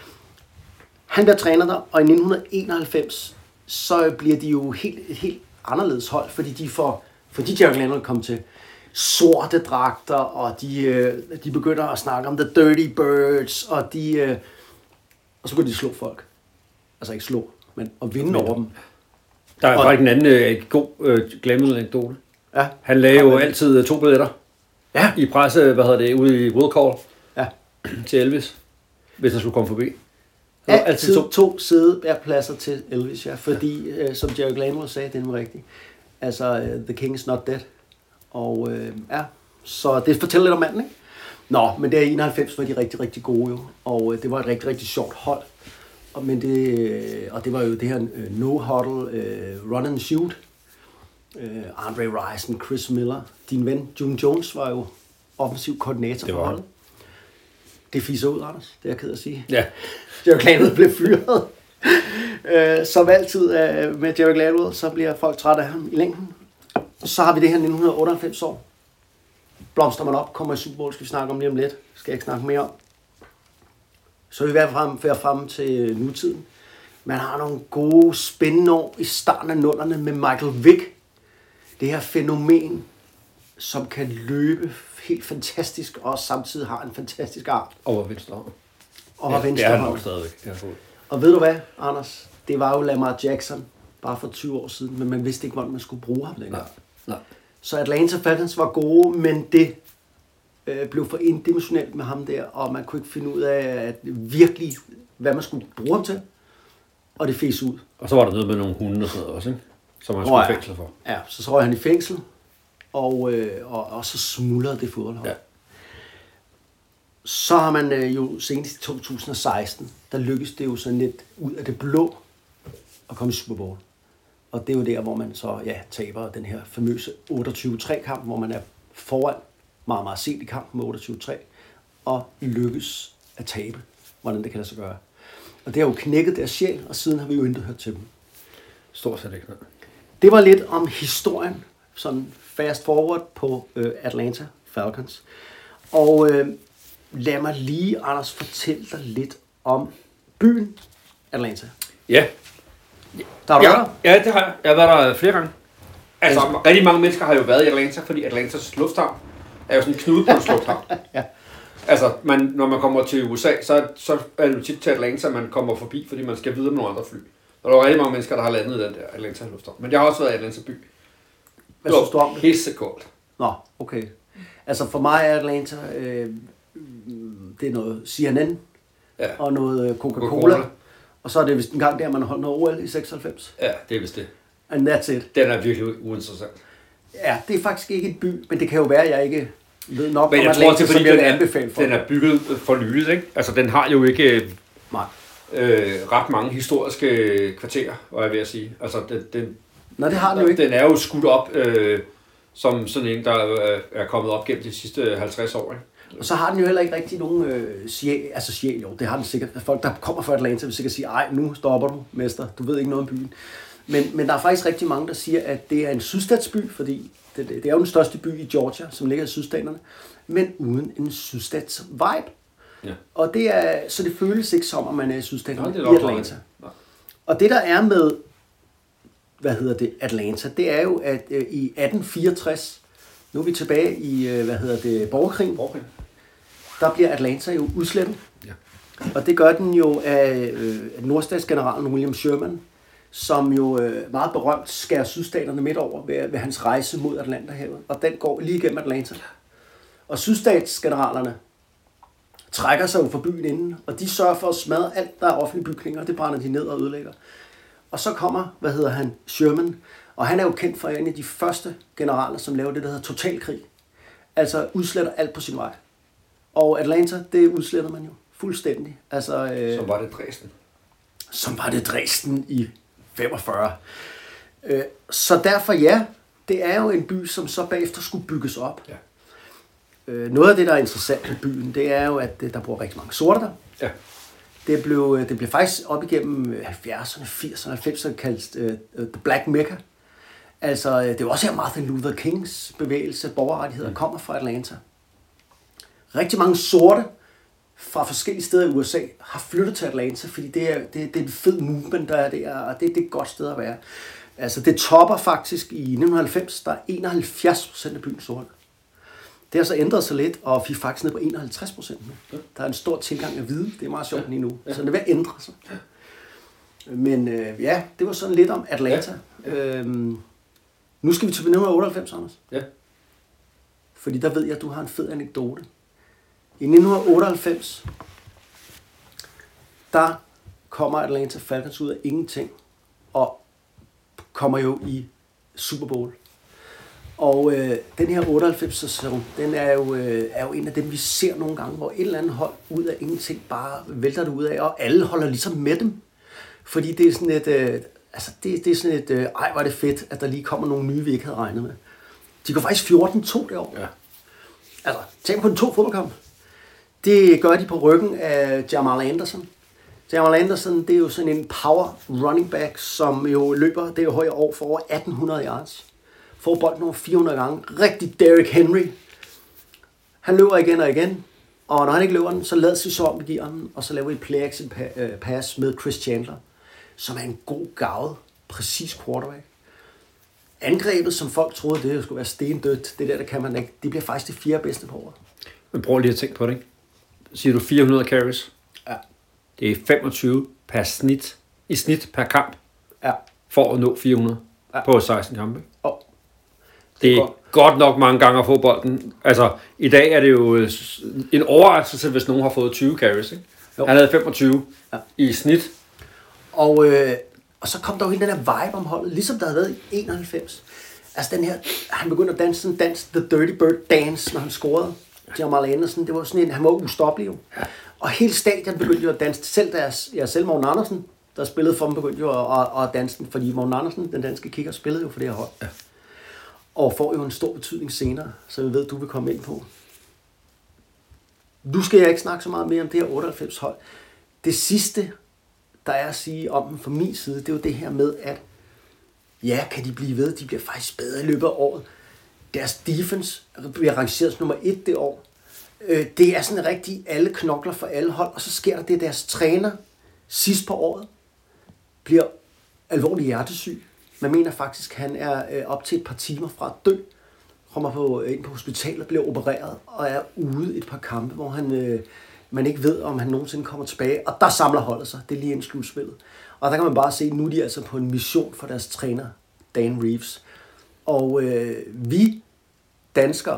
Han bliver træner der, og i nitten enoghalvfems, så bliver de jo helt, et helt anderledes hold, fordi de får, fordi Jerry Glanville kom til, sorte dragter, og de, øh, de begynder at snakke om the dirty birds, og de, øh, og så kan de slå folk. Altså ikke slå, men at vinde over dem. Der er Og- faktisk en anden øh, god øh, Glanville-anekdote. Ja. Han lagde jo Kom med. altid øh, to billetter Ja. i presse, hvad hedder det, ude i Will Call Ja. til Elvis, hvis han skulle komme forbi. Der var Altid to, to sædepladser til Elvis, ja, fordi, øh, som Jerry Glanville sagde, det er nemlig rigtigt. Altså, uh, the king is not dead. Og øh, ja, så det fortæller lidt om manden, ikke? Nå, men der i enoghalvfems var de rigtig, rigtig gode jo, og øh, det var et rigtig, rigtig sjovt hold. Og, men det, øh, og det var jo det her øh, no-huddle, øh, run and shoot. Øh, Andre Rison, Chris Miller, din ven June Jones var jo offensiv koordinator Det for var holdet. Det fiser ud, Anders, det er jeg ked at sige. Ja, Jerry Glanville blev fyret. øh, som altid øh, med Jerry Glanville, så bliver folk trætte af ham i længden. Så har vi det her nitten otteoghalvfems år. Blomster man op, kommer i Super Bowl, skal vi snakke om lige om lidt. Skal jeg ikke snakke mere om. Så er vi i hvert fald frem til nutiden. Man har nogle gode, spændende år i starten af nullerne med Michael Vick. Det her fænomen, som kan løbe helt fantastisk, og samtidig har en fantastisk arm. over venstre hånd. Og var Ja, venstre det er han hånd. nok stadigvæk. Ja. Og ved du hvad, Anders? Det var jo Lamar Jackson, bare for tyve år siden, men man vidste ikke, hvordan man skulle bruge ham længere. Nej, nej. Så Atlanta Falcons var gode, men det øh, blev for indimensionelt med ham der, og man kunne ikke finde ud af at virkelig, hvad man skulle bruge ham til. Og det fes ud. Og så var der noget med nogle hunde og sådan noget også, ikke? Som han Nå, skulle ja. i fængsel for. Ja, så så røg han i fængsel, og, øh, og, og så smuldrede det fodboldhold. Ja. Så har man øh, jo senest i to tusind og seksten, der lykkedes det jo sådan lidt ud af det blå at komme i Super Bowl. Og det er jo der, hvor man så ja, taber den her famøse otteogtyve tre kamp, hvor man er foran meget, meget sent i kampen med otteogtyve tre, og lykkes at tabe hvordan det kan lade sig gøre. Og det har jo knækket deres sjæl, og siden har vi jo intet hørt til dem. Stort set ikke. Det var lidt om historien, sådan fast forward på øh, Atlanta Falcons. Og øh, lad mig lige, Anders, fortælle dig lidt om byen Atlanta. Ja. Der er du ja, der? ja, det har jeg. Jeg har været der flere gange. Altså, altså, rigtig mange mennesker har jo været i Atlanta, fordi Atlantas lufthavn er jo sådan en knudepunktlufthavn. Ja. Altså, man, når man kommer til U S A, så, så er det jo tit til Atlanta, man kommer forbi, fordi man skal videre med nogle andre fly. Og der er rigtig mange mennesker, der har landet i den der Atlanta lufthavn. Men jeg har også været i Atlanta by. Hvad synes du om det? Helt så koldt. Nå, okay. Altså for mig er Atlanta, øh, det er noget C N N Ja. og noget Coca-Cola. Coca-Cola. Og så er det vist en gang der, man har holdt noget O L i seksoghalvfems. Ja, det er vist det. And that's it. Den er virkelig uinteressant. Ja, det er faktisk ikke en by, men det kan jo være, at jeg ikke ved nok Men om jeg Atlanta, tror, det er fordi, som jeg den vil er, anbefale for. den er bygget for nyligt, ikke? Altså, den har jo ikke Nej. øh, ret mange historiske kvarterer, var jeg ved at sige. Altså, den, den, Nå, det har den jo ikke. Den er jo skudt op øh, som sådan en, der øh, er kommet op gennem de sidste halvtreds år, ikke? Og så har den jo heller ikke rigtig nogen øh, sjæl, altså sjæl, jo, det har den sikkert. Folk, der kommer fra Atlanta, vil sikkert sige, ej, nu stopper du, mester, du ved ikke noget om byen. Men, men der er faktisk rigtig mange, der siger, at det er en sydstatsby, fordi det, det er jo den største by i Georgia, som ligger i sydstaterne, men uden en sydstats vibe. Ja. Og det er, så det føles ikke som, at man er i sydstaterne Nej, det er i Atlanta. Og det der er med, hvad hedder det, Atlanta, det er jo, at øh, i atten fireogtres, nu er vi tilbage i, øh, hvad hedder det, borgerkrigen, Okay. der bliver Atlanta jo udslettet. Ja. Og det gør den jo af øh, nordstatsgeneralen William Sherman, som jo øh, meget berømt skærer sydstaterne midt over ved, ved hans rejse mod Atlanterhavet. Og den går lige igennem Atlanta. Og sydstatsgeneralerne trækker sig jo fra byen inden, og de sørger for at smadre alt, der er offentlige bygninger, det brænder de ned og ødelægger. Og så kommer, hvad hedder han, Sherman, og han er jo kendt for en af de første generaler, som laver det, der hedder totalkrig. Altså udsletter alt på sin vej. Og Atlanta, det udsletter man jo fuldstændig. Altså, øh, Så var det Dresden. som var det Dresden i femogfyrre. Øh, så derfor ja, det er jo en by, som så bagefter skulle bygges op. Ja. Øh, noget af det, der er interessant med byen, det er jo, at der bor rigtig mange sorte der. Ja. Det blev, det blev faktisk op igennem halvfjerdserne, firserne, halvfemserne kaldt uh, The Black Mecca. Altså, det var også her Martin Luther Kings bevægelse, borgerrettigheder, mm. kommer fra Atlanta. Rigtig mange sorte fra forskellige steder i U S A har flyttet til Atlanta, fordi det er, det, det er en fed movement, der er der, og det, det er et godt sted at være. Altså, det topper faktisk i nitten halvfems, der er enoghalvfjerds procent af byen sorte. Det har så ændret sig lidt, og vi er faktisk nede på enoghalvtreds procent nu. Der er en stor tilgang af hvide, det er meget sjovt lige nu, så det er ved at ændre sig. Men øh, ja, det var sådan lidt om Atlanta. Ja. Øhm, nu skal vi til nitten otteoghalvfems, Anders. Ja. Fordi der ved jeg, at du har en fed anekdote. I nitten otteoghalvfems, der kommer Atlanta Falcons ud af ingenting, og kommer jo i Super Bowl. Og øh, den her otteoghalvfems-sæson, den er jo, øh, er jo en af dem, vi ser nogle gange, hvor et eller andet hold ud af ingenting bare vælter det ud af, og alle holder ligesom med dem. Fordi det er sådan et, øh, altså det, det er sådan et, øh, ej hvor er det fedt, at der lige kommer nogle nye, vi ikke havde regnet med. De går faktisk fjorten to det år. Ja. Altså, tænk på den to fodboldkampe. Det gør de på ryggen af Jamal Anderson. Jamal Anderson, det er jo sådan en power running back, som jo løber det er jo højere år for over atten hundrede yards. Får bolden over fire hundrede gange. Rigtig Derrick Henry. Han løber igen og igen. Og når han ikke løber den, så lader sig så om, vi giver den. Og så laver vi et play-action pass med Chris Chandler, som er en god gavet, præcis quarterback. Angrebet, som folk troede, det skulle være stendødt, det der, der kan man ikke. Det bliver faktisk det fjerde bedste på året. Men prøv lige at tænke på det, ikke? Siger du fire hundrede carries? Ja. Det er femogtyve per snit, i snit per kamp, Ja. for at nå fire hundrede Ja. på seksten kampe. Og Det er godt. godt nok mange gange at få bolden. Altså, i dag er det jo øh, en overraskelse, hvis nogen har fået tyve carries, ikke? Jo. Han havde femogtyve Ja. i snit. Og, øh, og så kom der jo hele den her vibe om holdet, ligesom der havde været i enoghalvfems. Altså den her, han begyndte at danse sådan dans, The Dirty Bird Dance, når han scorede. Jamal Anderson, det var sådan en, han var ustoppelig jo. Og hele stadion begyndte jo at danse, selv deres, ja, selv Morten Andersen, der spillede for dem, begyndte jo at, at, at danse den, fordi Morten Andersen, den danske kicker, spillede jo for det her hold. Ja. Og får jo en stor betydning senere, så jeg ved, du vil komme ind på. Nu skal jeg ikke snakke så meget mere om det her otteoghalvfems hold. det sidste, der er at sige om dem fra min side, det er jo det her med, at ja, kan de blive ved? De bliver faktisk bedre i løbet af året. Deres defense bliver rangeret som nummer et det år. Det er sådan rigtig alle knokler for alle hold, og så sker der det, deres træner sidst på året bliver alvorlig hjertesyg. Man mener faktisk, at han er op til et par timer fra at dø. Kommer på, ind på hospitalet, bliver opereret og er ude et par kampe, hvor han, øh, man ikke ved, om han nogensinde kommer tilbage. Og der samler holdet sig. Det er lige inden slutspillet. Og der kan man bare se, at nu er de altså på en mission for deres træner, Dan Reeves. Og øh, vi danskere,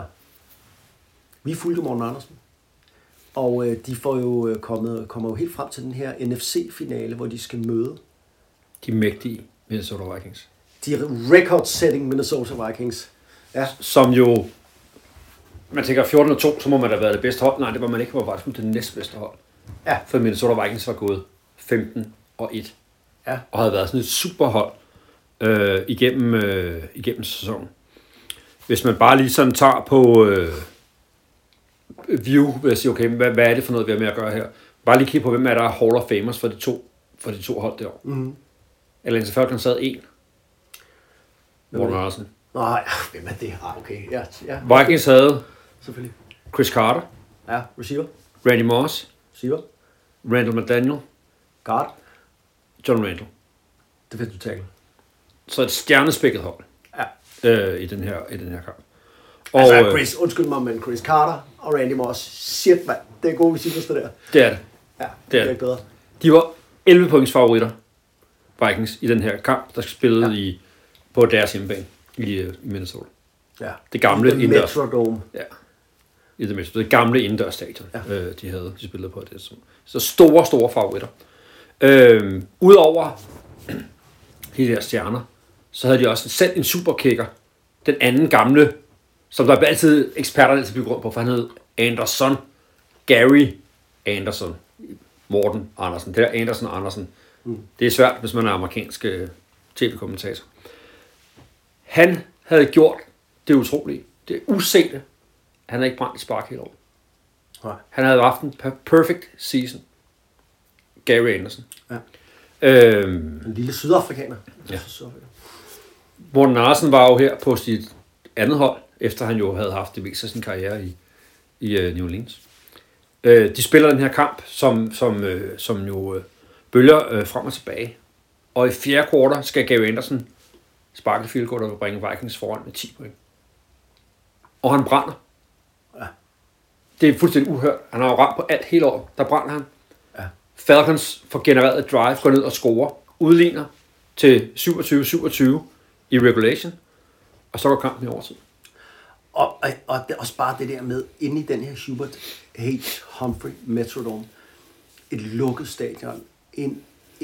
vi fulgte Morten Andersen. Og øh, de får jo kommet, kommer jo helt frem til den her N F C-finale, hvor de skal møde de mægtige Minnesota Vikings. De record-setting Minnesota Vikings. Ja. Som jo, man tænker fjorten og to, så må man da have været det bedste hold. Nej, det var man ikke, var faktisk det næstbedste hold. Ja. For Minnesota Vikings var gået femten og et. Ja. Og havde været sådan et superhold øh, igennem, øh, igennem sæsonen. Hvis man bare lige sådan tager på øh, view, vil jeg sige, okay, hvad, hvad er det for noget, vi har med at gøre her? Bare lige kigge på, hvem er der er Hall of Famers for de to, for de to hold derovre. Mm-hmm. Atlanta Falcons havde en. Morten Andersen. Nej, hvem er det? Ah, okay. Ja, ja. Vikings havde selvfølgelig Chris Carter. Ja, receiver. Randy Moss. Receiver. Randall McDaniel. Guard. John Randall. Defensive tackle. Så et stjernespækket hold. Ja. Øh, i den her i den her kamp. Og altså, Chris, undskyld mig, men Chris Carter og Randy Moss. Shit, mand. Det er gode receivers, det der. Det er det. Ja, det, det er er ikke bedre. De var elleve points favoritter, Vikings, i den her kamp, der spillede ja. i på deres hjemmebane i, i Minnesota. Ja. Det gamle indendørs. Metrodome. Ja. I det, det gamle indendørs stadion, ja. øh, de havde, de spillede på det. Så store, store favoritter. Øh, Udover de der stjerner, så havde de også selv en superkicker. Den anden gamle, som der altid eksperterne altid bygger rundt på, for han hed Anderson. Gary Anderson. Morten Andersen. Det der Anderson Andersen. Mm. Det er svært, hvis man er amerikansk øh, tv-kommentator. Han havde gjort det utrolige. Det usete. Han havde ikke brændt i spark hele året. Nej. Han havde haft en perfect season. Gary Anderson. Ja. Øhm, en lille sydafrikaner. Ja. Morten Andersen var jo her på sit andet hold, efter han jo havde haft det meste af sin karriere i, i uh, New Orleans. Uh, de spiller den her kamp, som, som, uh, som jo uh, bølger uh, frem og tilbage. Og i fjerde kvartal skal Gary Anderson sparke field goal og bringe Vikings foran med ti point. Og han brænder. Ja. Det er fuldstændig uhørt. Han har jo ramt på alt hele året. Der brænder han. Ja. Falcons får genereret et drive, går ned og scorer. Udligner til syvogtyve syvogtyve i regulation. Og så går kampen i overtid. Og, og, og det er også bare det der med, inde i den her Hubert H. Humphrey Metrodome, et lukket stadion, en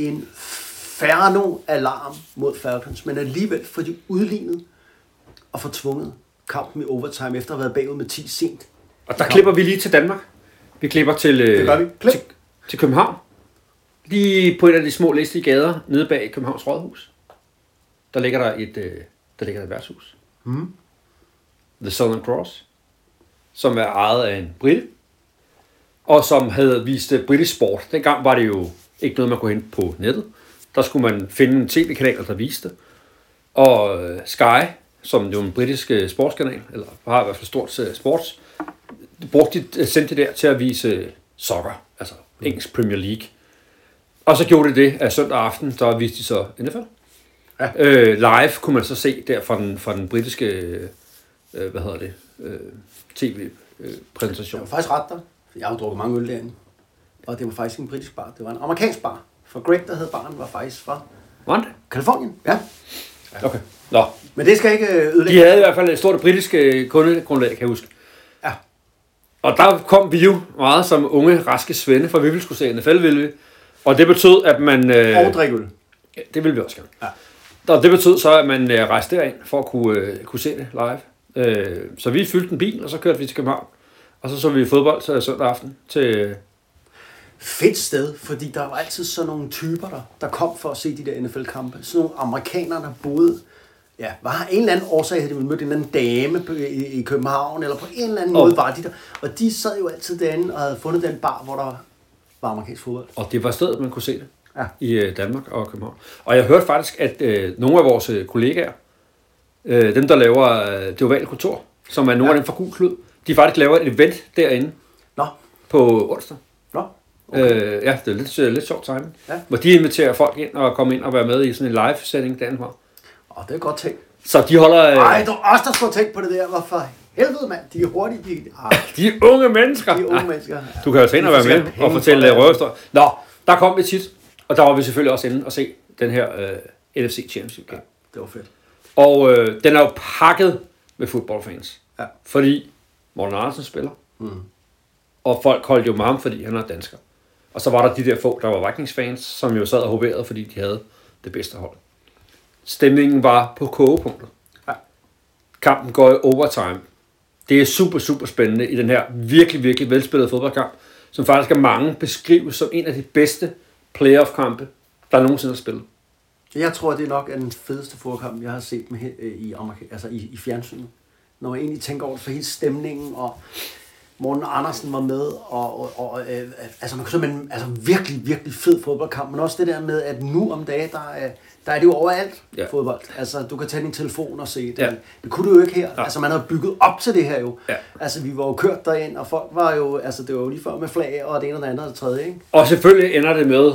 inferno-alarm mod Falcons, men alligevel får de udlignet og får tvunget kampen i overtime, efter at have været bagud med ti sent. Og der klipper vi lige til Danmark. Vi klipper til, det gør vi. til, til København. Lige på et af de små læstige gader, nede bag Københavns Rådhus. Der ligger der et, der ligger der et værtshus. Mm. The Southern Cross, som er ejet af en brite, og som havde vist britisk sport. Dengang var det jo ikke noget, man kunne hente på nettet. Der skulle man finde en tv-kanal, der viste det. Og Sky, som jo en britisk sportskanal, eller har i hvert fald stort sports, brugte de, sendte det der til at vise soccer, altså engelsk Premier League. Og så gjorde det det, at søndag aften, der viste de så N F L. Ja. Øh, live kunne man så se der fra den, fra den britiske øh, hvad hedder det, øh, tv-præsentation. Jeg var faktisk ret der. Jeg har jo drukket mange øl derinde. Og det var faktisk en britisk bar. Det var en amerikansk bar. For Greg, der hed baren, var faktisk fra Kalifornien. Ja. Okay. Nå. Men det skal ikke ødelægge. De havde i hvert fald et stort britisk kundegrundlag, kan jeg huske. Ja. Og der kom vi jo meget som unge, raske svende, for vi ville skulle se N F L, ville vi. Og det betød, at man... Øh, og drikke øl. Ja, det ville vi også gerne. Ja. Og det betød så, at man øh, rejste derind for at kunne, øh, kunne se det live. Øh, så vi fyldte en bil, og så kørte vi til København. Og så så vi fodbold til søndag aften til... Øh, fedt sted, fordi der var altid sådan nogle typer, der, der kom for at se de der N F L-kampe. Sådan nogle amerikanere, der boede... Ja, var en eller anden årsag, at de ville møde en anden dame på, i, i København, eller på en eller anden oh. måde var de der. Og de sad jo altid derinde og havde fundet den bar, hvor der var amerikansk fodbold. Og det var stedet, man kunne se det Ja. i øh, Danmark og København. Og jeg hørte faktisk, at øh, nogle af vores øh, kollegaer, øh, dem der laver øh, det ovale kontor, som er nogle Ja. af dem fra Gul Klud, de faktisk laver et event derinde Nå, på onsdag. nå. Okay. Øh, ja, det er lidt, lidt sjovt timing. Ja. Hvor de inviterer folk ind og komme ind og være med i sådan en live-setting derindfra. Åh, det er godt tænkt. Så de holder... Øh, Ej, der er også der skulle tænke på det der. Hvorfor helvede, mand? De er hurtige. De, ah, de unge mennesker! de unge Ah, mennesker. Ja. du kan jo tage ind og være med og fortælle røverhistorier. Nå, der kom vi tit, og der var vi selvfølgelig også inde og se den her øh, N F C Championship game. Det var fedt. Og øh, den er jo pakket med fodboldfans. Ja. Fordi Morten Andersen spiller. Mm. Og folk holdt jo med ham, fordi han er dansker. Og så var der de der få, der var Vikings-fans, som jo sad og hoverede, fordi de havde det bedste hold. Stemningen var på kogepunktet. Ja. Kampen går i overtime. Det er super, super spændende i den her virkelig, virkelig velspillede fodboldkamp, som faktisk er mange beskrives som en af de bedste playoff-kampe, der nogensinde har spillet. Jeg tror, det er nok den fedeste fodboldkamp, jeg har set med, i, Amerika, altså i, i fjernsynet. Når man egentlig tænker over det, for hele stemningen, og Morten Andersen var med, og, og, og øh, altså man kunne simpelthen, altså virkelig, virkelig fed fodboldkamp, men også det der med, at nu om dagen, der er, der er det jo overalt, Ja. fodbold. Altså, du kan tage din telefon og se det. Ja. Det kunne du jo ikke her. Ja. Altså, man havde bygget op til det her jo. Ja. Altså, vi var jo kørt derind, og folk var jo, altså, det var jo lige før med flag, og det ene og det andet og det tredje, ikke? Og selvfølgelig ender det med,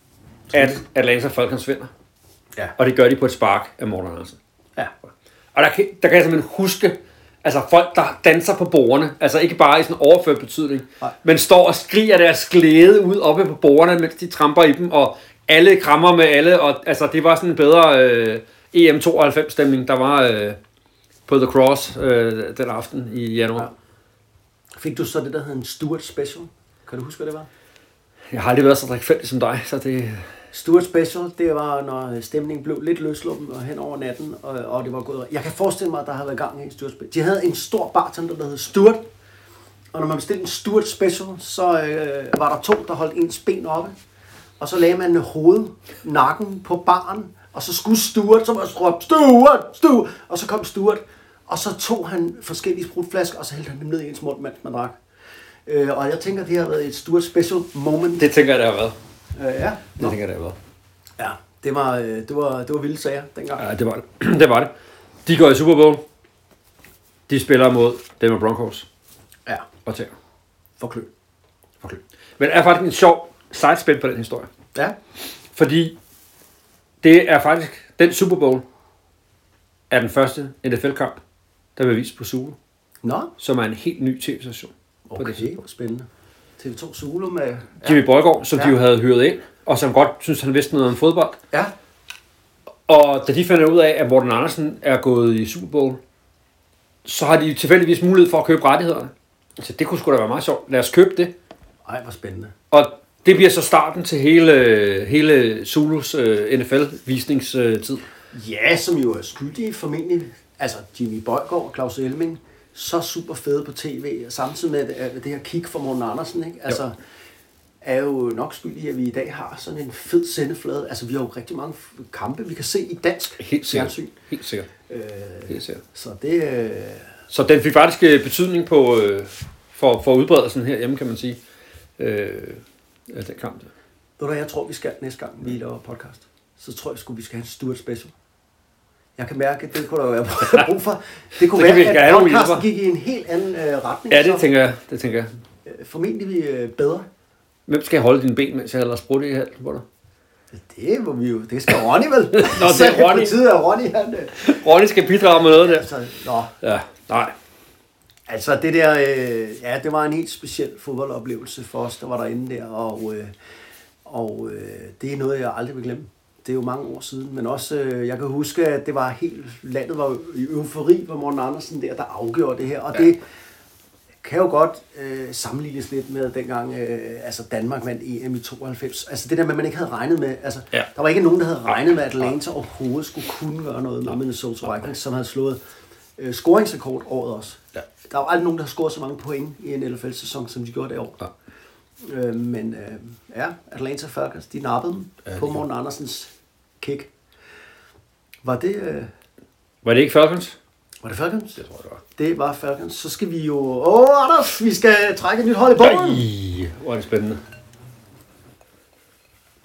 at Atlanta Falcons vinder. Ja. Og det gør de på et spark af Morten Andersen. Ja. Og der kan, der kan jeg simpelthen huske, altså folk, der danser på bordene, altså ikke bare i sådan en overført betydning, Nej. men står og skriger deres glæde ud oppe på bordene, mens de tramper i dem, og alle krammer med alle, og altså det var sådan en bedre øh, E M tooghalvfems stemning, der var øh, på The Cross øh, den aften i januar. Ja. Fik du så det, der hedder en Stuart Special? Kan du huske, hvad det var? Jeg har aldrig været så drikfældig som dig, så det... Stuart Special, det var, når stemningen blev lidt løsluppen og hen over natten, og, og det var gået. Jeg kan forestille mig, at der havde været gang i en Stuart Special. De havde en stor bartender, der hed Stuart, og når man bestilte en Stuart Special, så øh, var der to, der holdt ens ben oppe, og så lagde man hovedet, nakken på baren, og så skulle Stuart, så var jeg råbe, Stuart, Stuart, og så kom Stuart, og så tog han forskellige sprutflasker, og så hældte han dem ned i ens mund, mens man drak. Øh, og jeg tænker, det har været et Stuart Special moment. Det tænker jeg, det har været. Øh, ja. Det Nå. tænker jeg, det har været. Ja, det var, øh, det var, det var vilde sager dengang. Ja, det var det. det var det. De går i Super Bowl. De spiller mod Denver Broncos Ja, og tager. for klø. For klø. Men det er faktisk en sjov sidespil på den historie. Ja, Fordi det er faktisk, den Super Bowl er den første N F L-kamp, der bliver vist på Zulu, nå, som er en helt ny tv-station. på det okay, tidspunkt. spændende. T V to Zulu med... Ja. Jimmy Bøjgaard, som Ja. de jo havde hyret ind, og som godt synes, han vidste noget om fodbold. Ja, Og da de finder ud af, at Morten Andersen er gået i Super Bowl, så har de tilfældigvis mulighed for at købe rettighederne. Så det kunne sgu da være meget sjovt. Lad os købe det. ej, hvor spændende. Og det bliver så starten til hele, hele Zulus uh, N F L-visningstid. Ja, som jo er skyldige formentlig. Altså, Jimmy Bøjgaard og Claus Elming, så super fede på tv, og samtidig med at det her kick fra Morten Andersen, ikke? Altså, jo. er jo nok skyldige, at vi i dag har sådan en fed sendeflade. Altså, vi har jo rigtig mange kampe, vi kan se i dansk Helt sikkert. fjernsyn. Helt sikkert. Øh, Helt sikkert. så det... Øh, Så den fik faktisk øh, betydning på, øh, for, for udbredelsen herhjemme, kan man sige, øh, af den kamp. ved du hvad, jeg tror, vi skal næste gang, vi laver podcast. Så tror jeg sgu, vi skal have en Stuart Special. Jeg kan mærke, at det kunne der jo være brug for. Det kunne Så kan vi være, skal at have nogle podcasten hjælpere. gik i en helt anden øh, retning. Ja, det så, tænker jeg. Det tænker jeg. øh, formentlig øh, bedre. Hvem skal holde dine ben, mens jeg holder sprudt i halsen på dig? Det må vi jo. Det skal Ronny vel. Nå, det er Ronny. På tide, at Ronny han... Øh, Ronny skal bidrage med noget der. altså, nå, Ja, nej. altså det der... Øh, ja, det var en helt speciel fodboldoplevelse for os, der var derinde der. Og, øh, og øh, det er noget, jeg aldrig vil glemme. Det er jo mange år siden, men også, øh, jeg kan huske, at det var helt, landet var i eufori, hvor Morten Andersen der, der afgjorde det her, og det kan jo godt øh, sammenlignes lidt med dengang, øh, altså Danmark vandt E M i tooghalvfems, altså det der med, at man ikke havde regnet med, altså Ja. der var ikke nogen, der havde regnet med, at Atlanta overhovedet skulle kunne gøre noget med Minnesota Vikings, som havde slået øh, scoringsrekord året også. Ja. Der var aldrig nogen, der havde scoret så mange point i en N F L-sæson, som de gjorde det år. Ja. Øh, men øh, ja, Atlanta Falcons, de nappede dem Ja, ja, de på gjorde. Morten Andersens kick. Var det, øh, Var det ikke Falcons? var det Falcons? Det tror jeg godt. Det var Falcons. Så skal vi jo... Åh, Anders, vi skal trække et nyt hold i bogen. Ej, hvor er det spændende.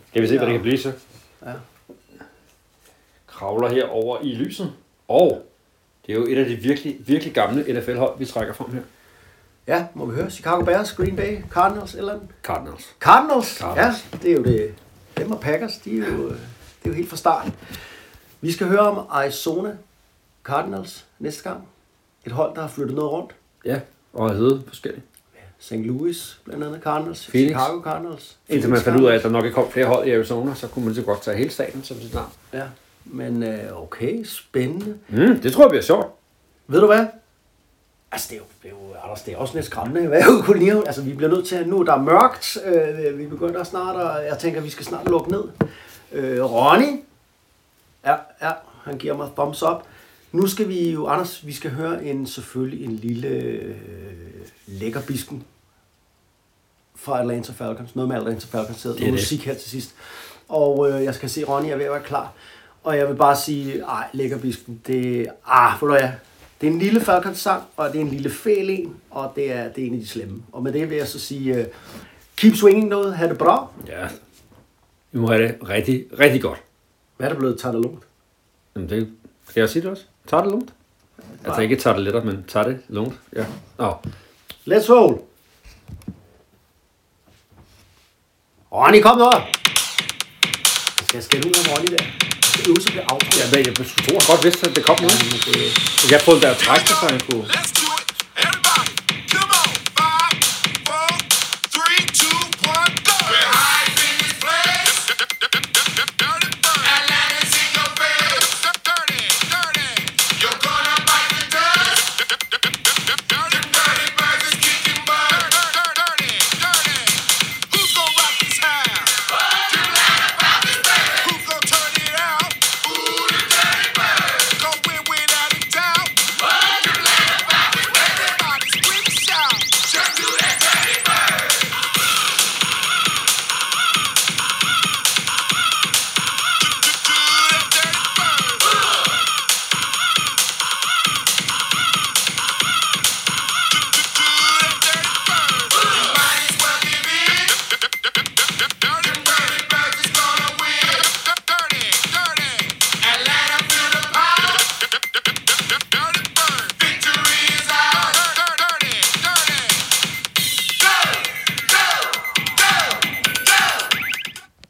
Kan vi se, ja. hvad det kan blive så? Ja. Kravler her over i lyset. Og det er jo et af de virkelig, virkelig gamle N F L-hold, vi trækker frem her. Ja, må vi høre. Chicago Bears, Green Bay, Cardinals eller andet? Cardinals. Cardinals? Cardinals. Ja, det er jo det. Dem og Packers, de er jo, det er jo helt fra starten. Vi skal høre om Arizona Cardinals næste gang. Et hold, der har flyttet noget rundt. Ja, og hedde forskelligt. Saint Louis, blandt andet Cardinals. Phoenix. Chicago Cardinals. Indtil man fandt ud af, at der nok ikke kom flere hold i Arizona, så kunne man så godt tage hele staten som sit navn. Ja, men øh, okay, spændende. Mm, det tror jeg bliver sjovt. Ved du hvad? Altså, det er jo, det er jo Anders, det er også lidt skræmmende. Hvad er jo kolonihaven? Altså, vi bliver nødt til at nu, der er mørkt. Øh, vi begynder snart, og jeg tænker, vi skal snart lukke ned. Øh, Ronny? Ja, ja, han giver mig thumbs up. Nu skal vi jo, Anders, vi skal høre en, selvfølgelig en lille øh, lækkerbisken fra Atlanta Falcons. Noget med Atlanta Falcons. Det er noget musik her til sidst. Og øh, jeg skal se, Ronny er ved at være klar. Og jeg vil bare sige, ej, lækkerbisken, det ah, ved du hvad? Det er en lille Falcons-sang, og det er en lille fæl en, og det er, det er en af de slemme. Og med det vil jeg så sige, uh, keep swinging noget, have det bra. Ja, vi må have det rigtig, rigtig godt. Hvad er der blevet? Tager det lugnt? Jamen det, skal jeg sige det også? Tager det lugnt? Altså ikke tager det lettere, men tager det lugnt. Ja. Oh. Let's roll! Ronny, kom nu! Skal jeg skælde ud af Ronny der? Øvelsen bliver aftryk. Ja, men jeg tror godt vidste, at det kom noget. Jeg prøvede der at trække det, så jeg kunne...